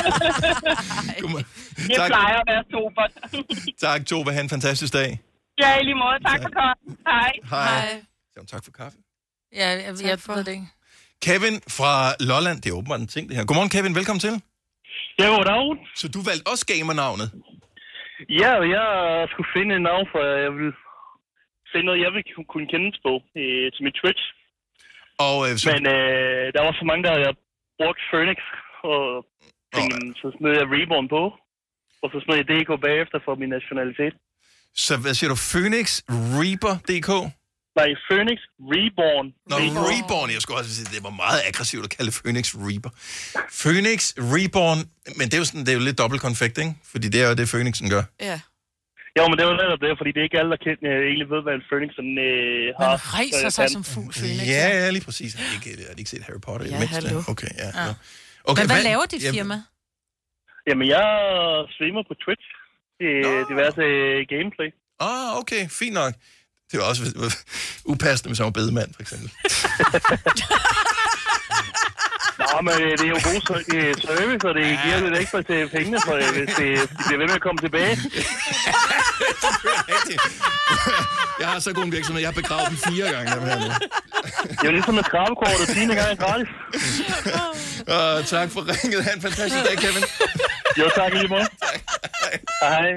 godt. Det Tak. plejer at være super. Tak, Tove. Ha' en fantastisk dag. Ja, i lige måde. Tak, tak. for kommet. Hej. Hej. Jamen, tak for kaffe. Ja, jeg, jeg, jeg ved det ikke. Kevin fra Lolland. Det er åbenbart en ting, det her. Godmorgen, Kevin. Velkommen til. Ja, goddag. Så du valgte også gamernavnet? Ja, og jeg skulle finde et navn, for jeg vil finde noget, jeg vil kunne kendes på øh, til mit Twitch. Og, øh, så... Men øh, der var så mange, der havde brugt Phoenix, og tænkte, oh. så smed jeg Reborn på. Og så smed jeg D K bagefter for min nationalitet. Så hvad siger du? Phoenix Reaper punktum d k? Nej, Phoenix Reborn. Nå, Reborn. Jeg skulle også sige, det var meget aggressivt at kalde Phoenix Reaper. Phoenix Reborn, men det er jo, sådan, det er jo lidt dobbelt konfekt, ikke? Fordi det er jo det, Phoenixen gør. Ja. Jo, men det var netop det, fordi det er ikke alle, der kendt, jeg egentlig ved, hvad en Phoenix sådan, øh, har. Man rejser sig som fugl Phoenix. Ja, ja, lige præcis. Har I ikke, har I ikke set Harry Potter? Ja, mindst, hallo. Okay, ja. Ja. ja. Okay, Men hvad laver dit firma? Jamen, jeg streamer på Twitch. Det er diverse gameplay. Ah, okay, fint nok. Det var også upassende, hvis han var bedemand, for eksempel. Nå, men det er jo god service, og det giver lidt ekstra til pengene, for hvis de bliver ved med at komme tilbage. Jeg har så god en virksomhed, jeg har begravet dem fire gange. Dem her nu. Det er jo ligesom med skrabekortet, tiende gang er gratis. Og tak for ringet. Ha' en fantastisk dag, Kevin. Jo, tak i lige måde. Hej.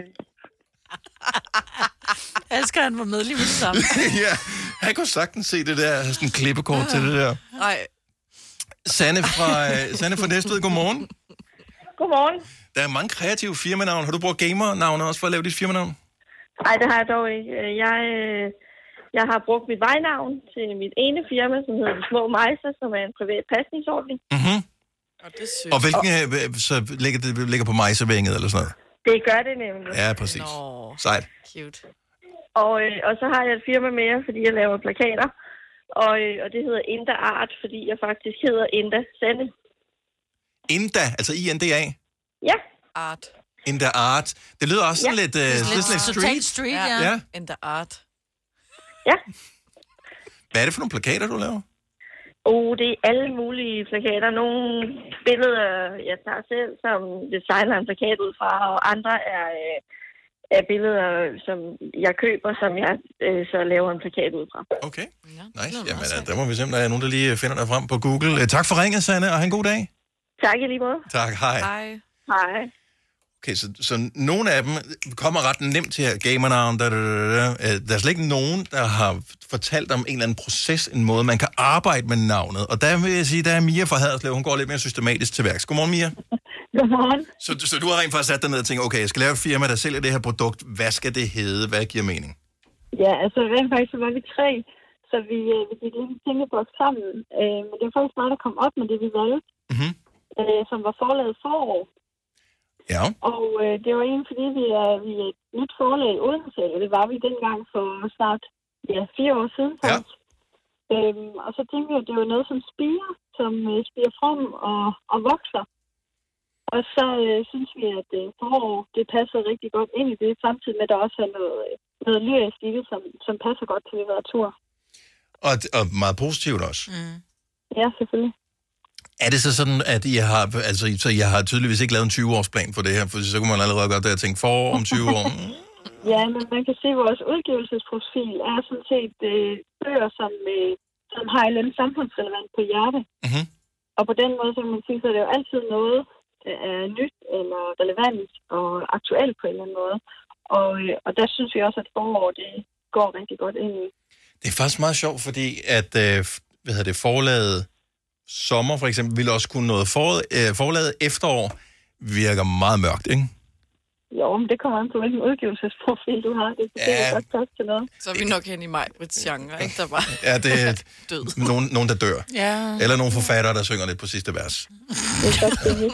Jeg elsker, at han var med lige med det samme. Ja, han kunne sagtens se det der, sådan en klippekort til det der. Nej. Sanne fra, Sanne fra Næstved, godmorgen. Godmorgen. Der er mange kreative firmanavn. Har du brugt gamernavne også for at lave dit firmanavn? Nej, det har jeg dog ikke. Jeg, jeg har brugt mit vejnavn til mit ene firma, som hedder De Små Mejser, som er en privat pasningsordning. Mm-hmm. Og, det og hvilken, så ligger det ligger på Mejservænget eller sådan noget? Det gør det nemlig. Ja, præcis. Nå. Sejt. Cute. Og, og så har jeg et firma mere, fordi jeg laver plakater. Og, og det hedder Inda Art, fordi jeg faktisk hedder Inda Sanne. Inda, altså I N D A? Ja. Art. Inda Art. Det lyder også sådan ja. lidt, uh, lidt, lidt, lidt street. street, ja. ja. Inda Art. Ja. Hvad er det for nogle plakater, du laver? Oh, det er alle mulige plakater. Nogle billeder, jeg tager selv, som designer en plakat ud fra, og andre er, øh, er billeder, som jeg køber, som jeg øh, så laver en plakat ud fra. Okay, nice. Jamen, der må vi se, om der er nogen, der lige finder dig frem på Google. Tak for ringet, Sanne, og have en god dag. Tak i lige måde. Tak, hej. Hej. Hej. Okay, så, så nogle af dem kommer ret nemt til her gamernavn. Da, da, da, da. Der er slet ikke nogen, der har fortalt om en eller anden proces, en måde, man kan arbejde med navnet. Og der vil jeg sige, der er Mia fra Haderslev. Hun går lidt mere systematisk til værks. Godmorgen, Mia. Godmorgen. Så, så du har rent faktisk sat dig ned og tænkt, okay, jeg skal lave et firma, der sælger det her produkt. Hvad skal det hedde? Hvad giver mening? Ja, altså rent faktisk så var vi tre, så vi, vi gik lidt tænkeboks sammen. Øh, men det var faktisk mig, der kom op med det, vi valgte, mm-hmm. øh, som var forlaget forår. Ja. Og øh, det var egentlig, fordi vi er, vi er et nyt forlag i Odense, og det var vi dengang for snart ja, fire år siden. Ja. Øhm, og så tænkte vi, at det var noget, som spiger, som øh, spiger frem og, og vokser. Og så øh, synes vi, at øh, forår, det passer rigtig godt ind i det, samtidig med, at der også er noget, noget lyrisk i det, som, som passer godt til litteratur. Og, og meget positivt også. Mm. Ja, selvfølgelig. Er det så sådan, at I har, altså, så I har tydeligvis ikke lavet en tyve-årsplan for det her, for så kunne man allerede godt der tænke forår om tyve år? Ja, men man kan se, at vores udgivelsesprofil er sådan set øh, bøger, som, øh, som har et eller andet samfundsrelevant på hjerte. Mm-hmm. Og på den måde, så kan man sige, så er det jo altid noget, er nyt eller relevant og aktuelt på en eller anden måde. Og, øh, og der synes vi også, at forår, det går rigtig godt ind i. Det er faktisk meget sjovt, fordi at, øh, hvad hedder det, forlaget sommer for eksempel, ville også kunne noget. For, øh, forlaget efterår virker meget mørkt, ikke? Jo, men det kommer an på, hvilken udgivelsesprofil du har. Det, det er godt plads til noget. Så er vi nok hen i Maj-Brits genre, ikke? Der bare ja, det er død. Nogen, nogen, der dør. Ja. Eller nogle forfattere, der synger lidt på sidste vers. Det er godt det.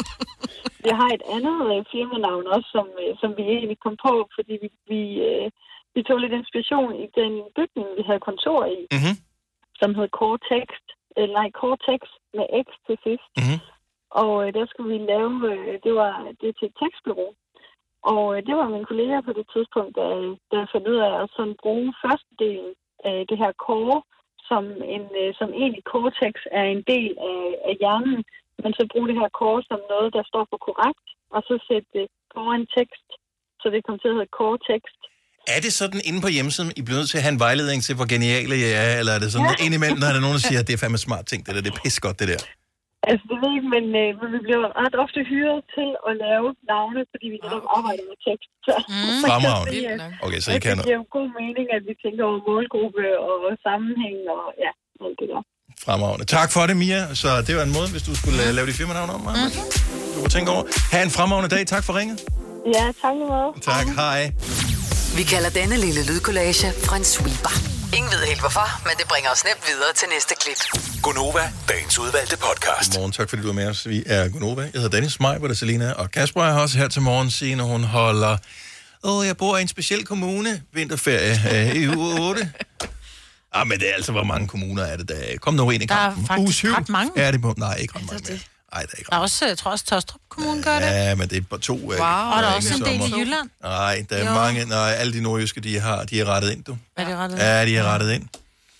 Vi har et andet øh, firmanavn også, som, øh, som vi egentlig kom på, fordi vi, vi, øh, vi tog lidt inspiration i den bygning, vi havde kontor i, mm-hmm. som hed Cortex, øh, nej, Cortex med X til sidst. Mm-hmm. Og øh, der skulle vi lave, øh, det var det til et tekstbureau. Og øh, det var min kollega på det tidspunkt, der, der fandt ud af at sådan bruge første del af det her core, som, en, øh, som egentlig Cortex er en del af, af hjernen, men så bruge det her core som noget, der står for korrekt, og så sætte det foran tekst, så det kom til at hedde Core-tekst. Er det sådan inde på hjemmesiden, I bliver nødt til at have en vejledning til, hvor geniale I er, eller er det sådan ja. Indimellem, når der er nogen, der siger, at det er fandme smart ting, det der, det er pis godt, det der? Altså, det ved jeg ikke, men, øh, men vi bliver ret ofte hyret til at lave navne, fordi vi netop arbejder med tekst. Så, mm. Fremragende. Okay, så I kan noget. Det giver jo god mening, at vi tænker over målgruppe og sammenhæng og ja, alt det der. Fremragende. Tak for det, Mia. Så det var en måde, hvis du skulle uh, lave de firmanavne om. Mm. Du kunne tænke over. Ha' en fremragende dag. Tak for ringet. Ja, tak lige Tak, hej. Vi kalder denne lille lydkollage en sweeper. Ingen ved helt hvorfor, men det bringer os nemt videre til næste klip. Gonova, dagens udvalgte podcast. Godmorgen, tak fordi du er med os. Vi er Gonova. Jeg hedder Dennis, mig, hvor det er Selina, og Kasper er også her til morgen, Signe, hun holder... Åh, jeg bor i en speciel kommune, vinterferie øh, i uge otte. Ah, men det er altså, hvor mange kommuner er det, der kom nu ind i kampen. Der er faktisk ret mange. Er det på? Nej, ikke ret mange mere. Ej, det er ikke der er også, jeg tror også, Tostrup Kommune gør det. Ja, men det er bare to. Wow. Og der er også en del i Jylland. Nej, der er jo. mange. Nej, alle de nordjyske, de har, de er rettet ind, du. Er de rettet ind? Ja, de er rettet ind.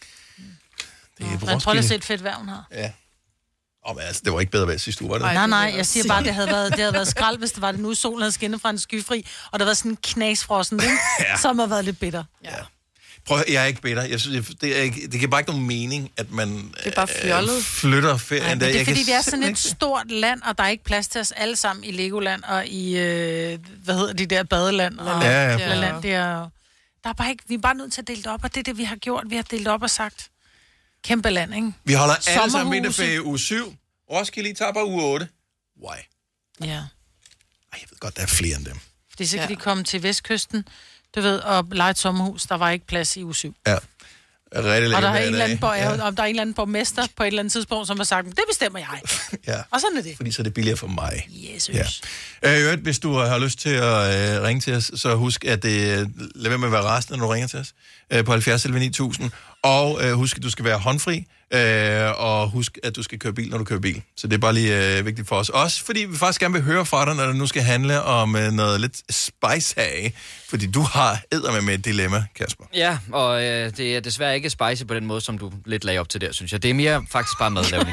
Det er men prøv lige at se et fedt vejr, hun har. Ja. Oh, men altså, det var ikke bedre vejr sidste uge, var det? Nej, nej, jeg siger bare, det havde været, det havde været skrald, hvis det var det nu, solen havde skinnet fra en skyfri, og der var sådan en knasfrossen, ja. Som har været lidt bitter. Ja. Prøv, jeg er ikke bitter. Jeg synes, det, er ikke, det giver bare ikke nogen mening, at man det er bare fjollet. Øh, flytter ferien. Ja, der. det er jeg fordi, kan... vi er sådan et stort land, og der er ikke plads til os alle sammen i Legoland og i, øh, hvad hedder de der, badeland og ja, ja. ja. Land. Det er, der er bare ikke, vi er bare nødt til at dele det op, og det er det, vi har gjort. Vi har delt op og sagt, kæmpe land, ikke? Vi holder alle sammen vinterferie uge syv. Roskilde tager bare uge otte. Why? Ja. Ej, jeg ved godt, der er flere end dem. Fordi så kan ja. de komme til Vestkysten, du ved, og lege et sommerhus. Der var ikke plads i uge syv. Ja. Rigtig og der er, en eller anden borg, ja. om der er en eller anden borgmester på et eller andet tidspunkt, som har sagt, det bestemmer jeg. Ja. Og sådan er det. Fordi så er det billigere for mig. Jesus. Ja. Øh, hvis du har lyst til at øh, ringe til os, så husk, at øh, lad være med at være rasende, når du ringer til os, øh, på halvfjerds elleve ni tusind. Og øh, husk, at du skal være håndfri, øh, og husk, at du skal køre bil, når du kører bil. Så det er bare lige øh, vigtigt for os. Også fordi vi faktisk gerne vil høre fra dig, når det nu skal handle om øh, noget lidt spice af. Fordi du har eddermed med et dilemma, Kasper. Ja, og øh, det er desværre ikke spicy på den måde, som du lidt lagde op til der, synes jeg. Det er mere faktisk bare madlavning.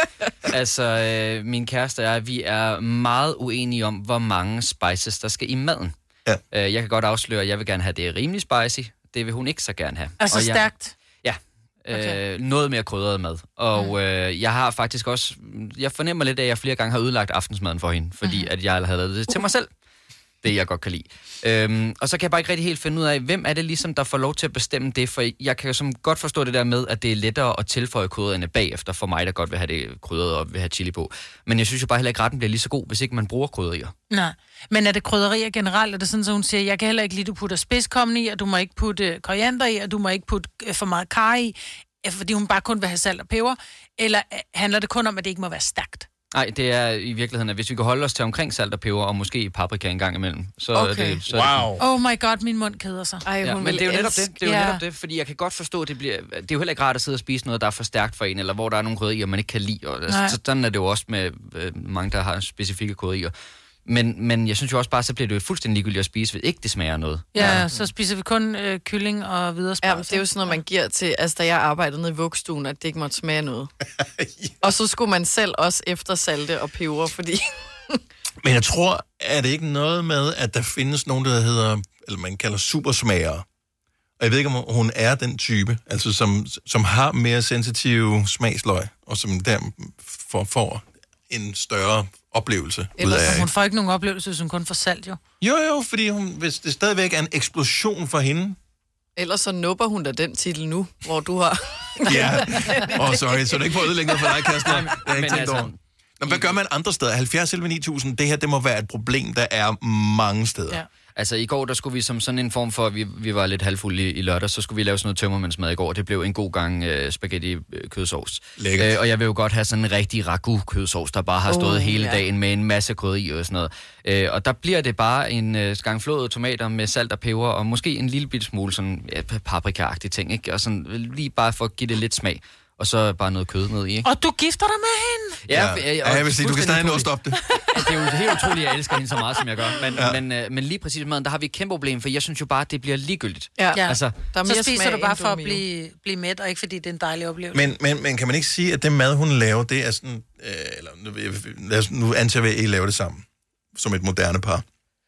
Altså, øh, min kæreste og jeg, vi er meget uenige om, hvor mange spices, der skal i maden. Ja. Øh, jeg kan godt afsløre, at jeg vil gerne have det rimelig spicy. Det vil hun ikke så gerne have. Altså og jeg, stærkt? Ja. Okay. Øh, noget mere krydret mad. Og mm. øh, jeg har faktisk også... Jeg fornemmer lidt, at jeg flere gange har ødelagt aftensmaden for hende, fordi mm. at jeg havde lavet det til mig selv. Det, jeg godt kan lide. Øhm, og så kan jeg bare ikke rigtig helt finde ud af, hvem er det ligesom, der får lov til at bestemme det, for jeg kan jo som godt forstå det der med, at det er lettere at tilføje krydderne bagefter, for mig, der godt vil have det krydret og vil have chili på. Men jeg synes jo bare heller ikke, retten bliver lige så god, hvis ikke man bruger krydderier. Nej, men er det krydderier generelt? Er det sådan, så hun siger, jeg kan heller ikke lide, du putter spidskommen i, og du må ikke putte koriander i, og du må ikke putte for meget kar i, fordi hun bare kun vil have salt og peber? Eller handler det kun om, at det ikke må være stærkt? Nej, det er i virkeligheden, at hvis vi kan holde os til omkring salt og peber, og måske paprika en gang imellem, så okay. er det... Så wow. er det oh my god, min mund keder sig. Ej, ja, men det er jo netop det. Det er jo ja. netop det, fordi jeg kan godt forstå, at det bliver... Det er jo heller ikke rart at sidde og spise noget, der er for stærkt for en, eller hvor der er nogle krydderier, man ikke kan lide. Og altså, sådan er det jo også med øh, mange, der har specifikke krydderier. Men, men jeg synes jo også bare, så bliver det jo fuldstændig ligegyldigt at spise, hvis ikke det smager noget. Ja, ja. Så spiser vi kun øh, kylling og videre ja, det er jo sådan noget, man giver til, altså da jeg arbejdede nede i vuggestuen, at det ikke måtte smage noget. ja. Og så skulle man selv også eftersalte og peber, fordi... Men jeg tror, er det ikke noget med, at der findes nogen, der hedder, eller man kalder supersmager. Og jeg ved ikke, om hun er den type, altså som, som har mere sensitive smagsløg, og som der får, får en større oplevelse ud Ellers, af... hun får ikke nogen oplevelse, hvis hun kun får salt, jo. Jo, jo, fordi hun, hvis det stadigvæk er en eksplosion for hende. Ellers så nupper hun da den titel nu, hvor du har... Ja, åh, oh, sorry, så det ikke får ødelægget noget for dig, Kasper. Det er ikke tænkt over. Nå, hvad gør man andre steder? halvfjerds elleve ni tusind, det her, det må være et problem, der er mange steder. Ja. Altså i går, der skulle vi som sådan en form for, vi, vi var lidt halvfulde i, i lørdag, så skulle vi lave sådan noget tømmermandsmad i går. Det blev en god gang øh, spaghetti øh, kødsovs. Lækkert. Øh, og jeg vil jo godt have sådan en rigtig ragu kødsovs, der bare har stået oh, hele ja. dagen med en masse krydderi og sådan noget. Øh, og der bliver det bare en øh, gang flåede tomater med salt og peber, og måske en lille bitte smule sådan ja, paprika-agtige ting, ikke? Og sådan lige bare for at give det lidt smag. Og så bare noget kød ned i, ikke? Og du gifter dig med hende? Ja, ja. ja jeg vil sige, du kan stadig nå at stoppe det. Det er jo helt utroligt, at jeg elsker hende så meget, som jeg gør. Men, ja. men, øh, men lige præcis med maden, der har vi et kæmpe problem, for jeg synes jo bare, at det bliver ligegyldigt. Ja, altså, der er mere så spiser du bare for at blive, blive mæt, og ikke fordi det er en dejlig oplevelse. Men, men, men kan man ikke sige, at det mad, hun laver, det er sådan... Øh, eller nu, lad os, nu antager vi, at I laver det sammen, som et moderne par.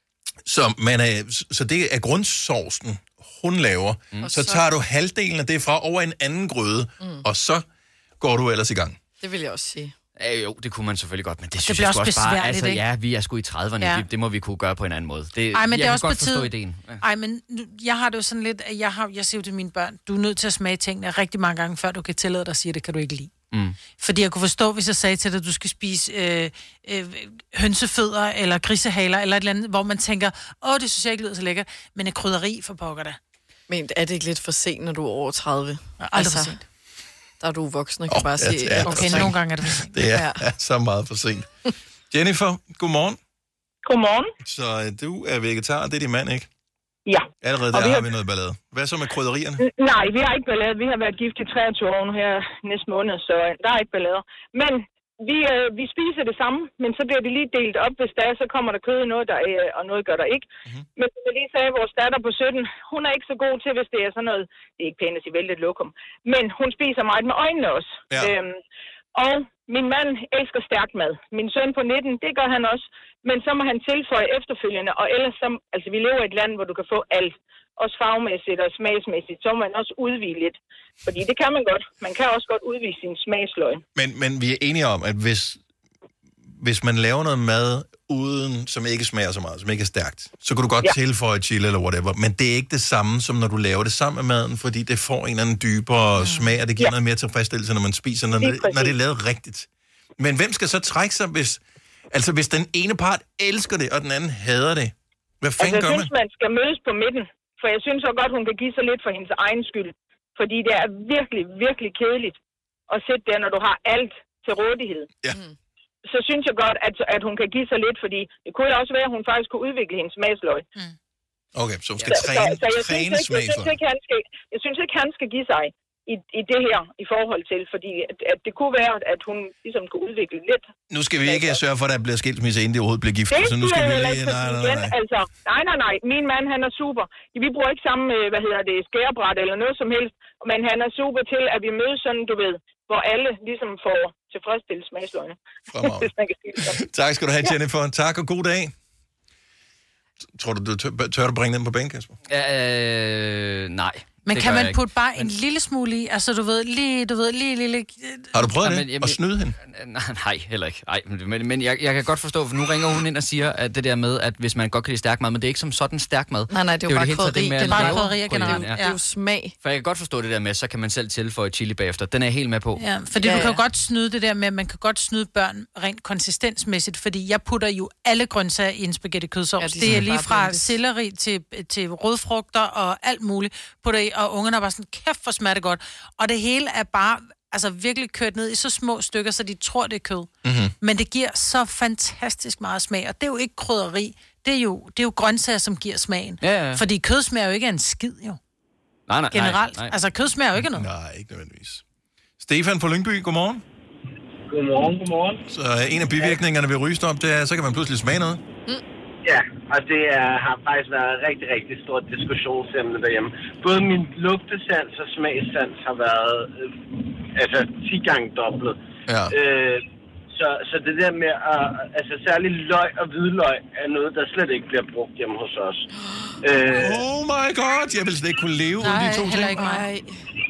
Så, man er, så det er grundsovsen, hun laver. Mm. Så tager du halvdelen af det fra over en anden gryde, mm. og så går du ellers i gang. Det vil jeg også sige. Ja, jo, det kunne man selvfølgelig godt, men det, det synes bliver jeg også også bare... Altså, ikke? ja, vi er sgu i trediverne, ja. det, det må vi kunne gøre på en anden måde. Det, Ej, men jeg det er kan også godt på forstå tid. ideen. Ja. Ej, men nu, jeg har det jo sådan lidt, at jeg, har, jeg siger jo til mine børn, du er nødt til at smage tingene rigtig mange gange, før du kan tillade dig at sige, det kan du ikke lide. Mm. Fordi jeg kunne forstå, hvis jeg sagde til dig, at du skal spise øh, øh, hønsefødder eller grisehaler eller et eller andet, hvor man tænker, åh, det synes jeg ikke lyder så lækkert, men et krydderi for pokker da. Men er det ikke lidt for sent, når du er over tredive? Aldrig altså, for sent. Der er du voksen, kan oh, bare ja, sige... Ja, okay, nogle gange er det for sent. Det er, ja. er så meget for sent. Jennifer, godmorgen. Godmorgen. Så øh, du er vegetar, det er din mand, ikke? Ja. Allerede der vi har... har vi noget ballade. Hvad så med krydderierne? Nej, vi har ikke ballade. Vi har været gift i treogtyve år nu her næste måned, så der er ikke ballade. Men vi, øh, vi spiser det samme, men så bliver det lige delt op, hvis der er, så kommer der kød i noget, der er, og noget gør der ikke. Mm-hmm. Men som jeg lige sagde, vores datter på sytten, hun er ikke så god til, hvis det er sådan noget, det er ikke pænt at sige vældigt lokum, men hun spiser meget med øjnene også. Ja. Øhm, og min mand elsker stærk mad. Min søn på nitten, det gør han også, men så må han tilføje efterfølgende, og ellers, så, altså vi lever i et land, hvor du kan få alt. Også farvemæssigt og smagsmæssigt, så må man også udvide lidt. Fordi det kan man godt. Man kan også godt udvide sin smagsløg. Men, men vi er enige om, at hvis, hvis man laver noget mad, uden, som ikke smager så meget, som ikke er stærkt, så kan du godt ja. tilføje chili eller whatever. Men det er ikke det samme, som når du laver det sammen med maden, fordi det får en eller anden dybere mm. smag, og det giver ja. noget mere tilfredsstillelse, når man spiser, når det, når det er lavet rigtigt. Men hvem skal så trække sig, hvis, altså hvis den ene part elsker det, og den anden hader det? Hvad fanden altså, gør man? Jeg synes, man skal mødes på midten. For jeg synes så godt, hun kan give sig lidt for hendes egen skyld. Fordi det er virkelig, virkelig kedeligt at sidde der, når du har alt til rådighed. Ja. Så synes jeg godt, at, at hun kan give sig lidt, fordi det kunne også være, at hun faktisk kunne udvikle hendes smagsløg. Mm. Okay, så hun skal ja. træne, så, så jeg træne synes ikke, jeg, synes ikke, han skal, jeg synes ikke, han skal give sig i, i det her i forhold til, fordi at, at det kunne være, at hun ligesom kunne udvikle lidt. Nu skal vi ikke sørge for, at der bliver skilsmisse, inden det overhovedet bliver gift. Det så nu skal vi lige... Nej, nej, nej, nej. Altså, nej, nej, nej. Min mand, han er super. Vi bruger ikke samme, hvad hedder det, skærebræt eller noget som helst, men han er super til, at vi mødes sådan, du ved, hvor alle ligesom får tilfredsstillet smagsløgene. Tak skal du have, Jennifer. Tak og god dag. Tror du, du tør, tør du bringe den på bænken, Kasper? Øh, nej. Men kan man putte bare en lille smule i? Altså, du ved, lige, du ved, lige lille... Har du prøvet det? Jamen, jamen, at snyde hende? Nej, heller ikke. Ej, men, men jeg, jeg kan godt forstå, for nu ringer hun ind og siger, at det der med, at hvis man godt kan lide stærk mad, men det er ikke som sådan stærk mad. Nej, nej, det er jo bare krydderi. Det er bare krydderi generelt. Det er jo smag. For jeg kan godt forstå det der med, så kan man selv tilføje chili bagefter. Den er jeg helt med på. Ja, fordi ja, du kan ja. godt snyde det der med, at man kan godt snyde børn rent konsistensmæssigt, fordi jeg putter jo alle grøntsager i en spaghetti kødsovs. Ja, de det er lige fra selleri til, til rødfrugter og alt muligt putter i, og ungerne er bare sådan, kæft for smager det godt. Og det hele er bare altså virkelig kørt ned i så små stykker, så de tror, det er kød. Mm-hmm. Men det giver så fantastisk meget smag, og det er jo ikke krydderi. Det er jo, det er jo grøntsager, som giver smagen. Ja, ja. Fordi kød smager jo ikke af en skid, jo. Nej, nej, generelt. Nej, nej. Altså, kød smager jo ikke noget. Nej, ikke nødvendigvis. Stefan fra Lyngby, godmorgen. Godmorgen, godmorgen. Så en af bivirkningerne ved rygestop, det er, så kan man pludselig smage noget. Mm. Ja, og det er, har faktisk været et rigtig, rigtig stort diskussionsemne derhjemme. Både min lugtesans og smagssans har været øh, altså ti gange dobblet. Ja. Øh, så, så det der med, at, altså særligt løg og hvidløg er noget, der slet ikke bliver brugt hjemme hos os. Øh, oh my god, jeg vil slet ikke kunne leve uden de to ting. Ikke mig.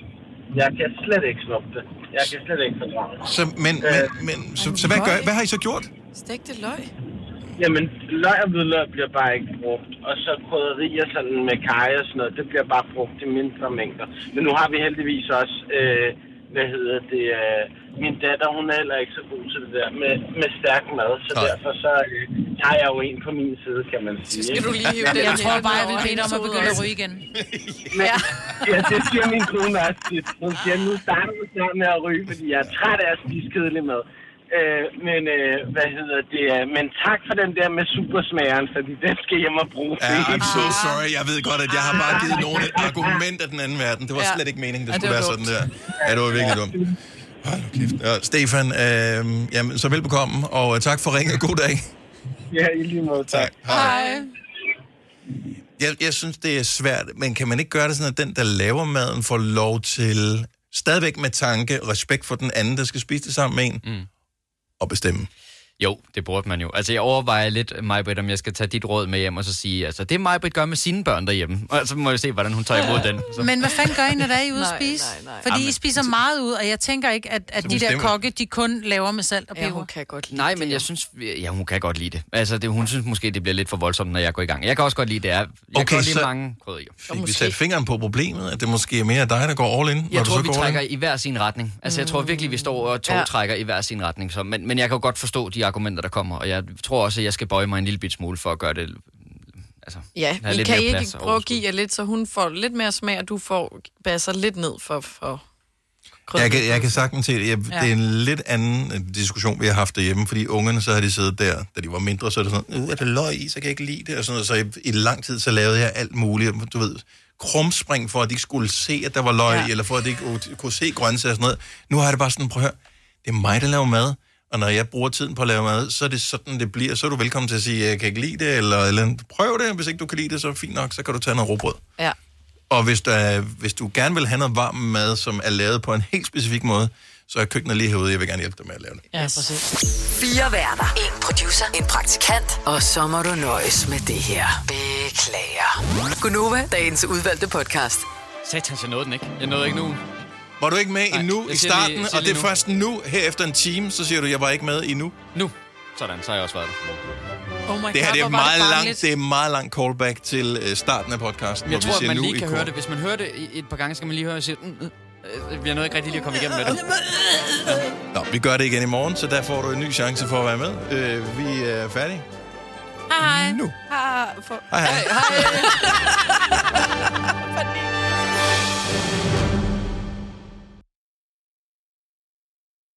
Jeg kan slet ikke snuppe det. Jeg kan slet ikke fordrage det. Så, men, Øh, men, men, så, så hvad, gør, hvad har I så gjort? Stegte løg. Jamen, løg og hvidløg bliver bare ikke brugt. Og så krydderier sådan med kaj og sådan noget, det bliver bare brugt i mindre mængder. Men nu har vi heldigvis også, øh, hvad hedder det, øh, min datter, hun er heller ikke så god til det der med, med stærk mad. Så Nej. derfor så øh, tager jeg jo en på min side, kan man sige. Skal du lige hive det? Jeg tror bare, jeg vil bede dig om at begynde at ryge igen. Men, ja. ja, det siger min kone også. Hun siger, nu starter du snart med at ryge, fordi jeg er træt af at spise kedelig mad. Øh, men øh, hvad hedder det? Men tak for den der med supersmageren, fordi den skal hjem og bruge. Ja, I'm so sorry. Jeg ved godt, at jeg har bare givet nogen et argument af den anden verden. Det var slet ikke meningen, det skulle ja, det være dumt. Sådan der. Ja, det var virkelig dumt. Hold nu kæft. Ja, Stefan, øh, jamen, så velbekomme, og tak for ringen. God dag. Ja, i lige måde. Tak. Hej. Jeg, jeg synes, det er svært, men kan man ikke gøre det sådan, at den, der laver maden, får lov til, stadigvæk med tanke, respekt for den anden, der skal spise det sammen med en, mm. og bestemme? Jo, det burde man jo. Altså, jeg overvejer lidt, Maj-Brit, om jeg skal tage dit råd med hjem og så sige, altså, det Maj-Brit gør med sine børn derhjemme. Og så må jeg se, hvordan hun tager imod den. Så. Men hvad fanden gør I, når der er I ude at spise? Nej, nej, nej. Fordi Jamen, I spiser meget ud, og jeg tænker ikke, at, at de der kokke, de kun laver med salt og peber. Ja, hun kan godt lide Nej, det, men jeg synes, ja, hun kan godt lide det. Altså, det, hun synes måske, det bliver lidt for voldsomt, når jeg går i gang. Jeg kan også godt lide det. Jeg, jeg kan godt lide mange krydderier. Fik vi sat fingeren på problemet, at det måske er mere dig, der går all in? Jeg tror, du vi trækker i hver sin retning. Altså, jeg tror virkelig, vi står og to trækker i hver sin retning. Så, men, men jeg kan jo godt forstå de argumenter, der kommer, og jeg tror også, at jeg skal bøje mig en lille bit smule for at gøre det. Altså, ja, I kan I ikke prøve at give jer lidt, så hun får lidt mere smag, og du får basser lidt ned for... for jeg, kan, jeg kan sagtens se det. Jeg, ja. Det er en lidt anden diskussion, vi har haft derhjemme, fordi ungerne, så har de siddet der, da de var mindre, så er det sådan, uh, er det løg i, så kan jeg ikke lide det, og sådan noget. Så i, i lang tid, så lavede jeg alt muligt, du ved, krumspring, for at de ikke skulle se, at der var løg, ja. eller for at de ikke kunne se grøntsager og sådan noget. Nu har jeg det bare sådan, prøv at høre, det er mig, der laver mad. Og når jeg bruger tiden på at lave mad, så er det sådan, det bliver. Så er du velkommen til at sige, jeg kan ikke lide det, eller, eller prøv det. Hvis ikke du kan lide det, så er det fint nok, så kan du tage noget råbrød. Ja. Og hvis, der, hvis du gerne vil have noget varm mad, som er lavet på en helt specifik måde, så er køkkenet lige herude. Jeg vil gerne hjælpe dig med at lave det. Ja, præcis. Fire værter. En producer. En praktikant. Og så må du nøjes med det her. Beklager. Gunova, dagens udvalgte podcast. Satans, jeg nåede den ikke. Jeg nåede ikke nu. Var du ikke med Nej, endnu i starten, lige, og det er nu. Først nu, her efter en time, så siger du, jeg var ikke med endnu? Nu. Sådan, så har jeg også været der. Oh my det her God, det er, meget langt, det er meget langt callback til starten af podcasten. Jeg tror, at man lige kan høre det. Hvis man hører det et par gange, skal man lige høre, at jeg siger, vi har noget ikke rigtig lige at komme igennem med det. Ja. Nå, vi gør det igen i morgen, så der får du en ny chance for at være med. Øh, vi er færdige. Hej hej. Nu. Hej hej. Hej hej.